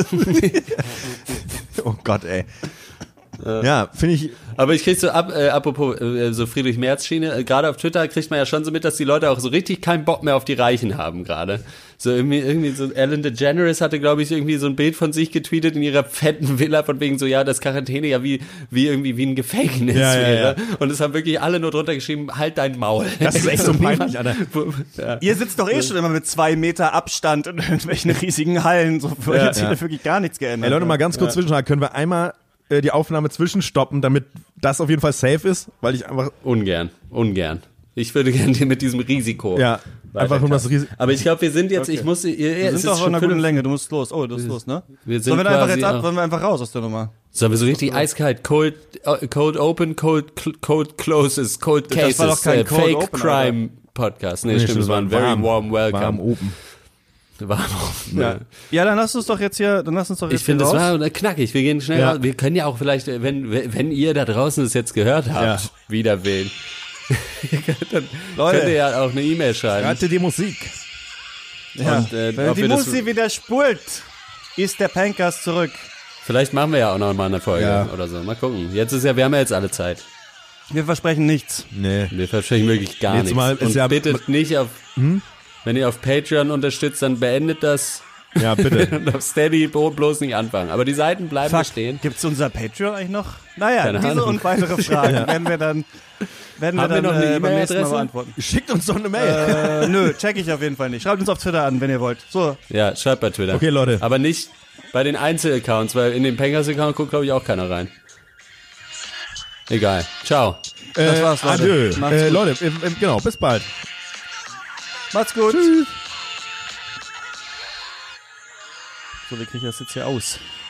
Oh Gott, ey. Ja, finde ich. Aber ich krieg so ab, äh, apropos äh, so Friedrich-Merz-Schiene, äh, gerade auf Twitter kriegt man ja schon so mit, dass die Leute auch so richtig keinen Bock mehr auf die Reichen haben gerade. So irgendwie, irgendwie so Ellen DeGeneres hatte, glaube ich, irgendwie so ein Bild von sich getweetet in ihrer fetten Villa von wegen so, ja, das Quarantäne ja wie, wie irgendwie wie ein Gefängnis Ja, ja, wäre. ja. Und es haben wirklich alle nur drunter geschrieben, halt dein Maul. Das ist echt so peinlich, Alter. Ja. Ihr sitzt doch eh schon immer mit zwei Meter Abstand in irgendwelchen riesigen Hallen. So, für euch hat sich ja. da wirklich gar nichts geändert. Ey Leute, mal ganz kurz zwischenschlagen. Können wir einmal äh, die Aufnahme zwischenstoppen, damit das auf jeden Fall safe ist? Weil ich einfach. Ungern, ungern. Ich würde gerne dir mit diesem Risiko. Ja, einfach um das Risiko. Aber ich glaube, wir sind jetzt, ich muss, ihr, ihr, Wir es sind ist doch schon in einer fünf- guten Länge. Du musst los. Oh, du musst los, ne? Wir sind Sollen wir da einfach quasi jetzt ab? auch- Wollen wir einfach raus aus der Nummer? Sollen wir so richtig eiskalt, cold, äh, cold open, cold, cl- cold closes, cold Das cases, war doch kein äh, Cold Fake Open, Crime Podcast. Nee, stimmt, das war ein very warm welcome. Warm oben. Warm open. Ja. Ja, dann lass uns doch jetzt hier, dann lass uns doch jetzt Ich finde, hier das raus. war knackig. Wir gehen schnell Ja. raus. Wir können ja auch vielleicht, äh, wenn, wenn ihr da draußen es jetzt gehört habt, Ja. wieder wählen. Dann Leute. könnt ihr ja auch eine E-Mail schreiben. Rate die Musik. Ja. Und, äh, Wenn ob die wir das- Musik wieder spult, ist der Pencast zurück. Vielleicht machen wir ja auch noch mal eine Folge Ja. oder so. Mal gucken. Jetzt ist ja, wir haben ja jetzt alle Zeit. Wir versprechen nichts. Nee. Wir versprechen wirklich gar Jetzt nichts. mal ist Und ja- bitte nicht auf, wenn ihr auf Patreon unterstützt, dann beendet das. Ja, bitte. Und auf Steady blo- bloß nicht anfangen. Aber die Seiten bleiben bestehen. Gibt's unser Patreon eigentlich noch? Naja, Keine diese Ahnung. und weitere Fragen werden wir dann, werden Haben wir wir dann noch eine äh, beim nächsten Mal E-Mail-Adresse? beantworten. Schickt uns doch eine Mail. Äh, nö, check ich auf jeden Fall nicht. Schreibt uns auf Twitter an, wenn ihr wollt. So, Ja, schreibt bei Twitter. Okay, Leute. Aber nicht bei den Einzelaccounts, weil in den Pencast-Account guckt, glaube ich, auch keiner rein. Egal. Ciao. das war's, Leute. Adieu. Macht's Äh, gut. Leute, äh, äh, genau, bis bald. macht's gut. Tschüss. So, wie kriege ich das jetzt hier aus?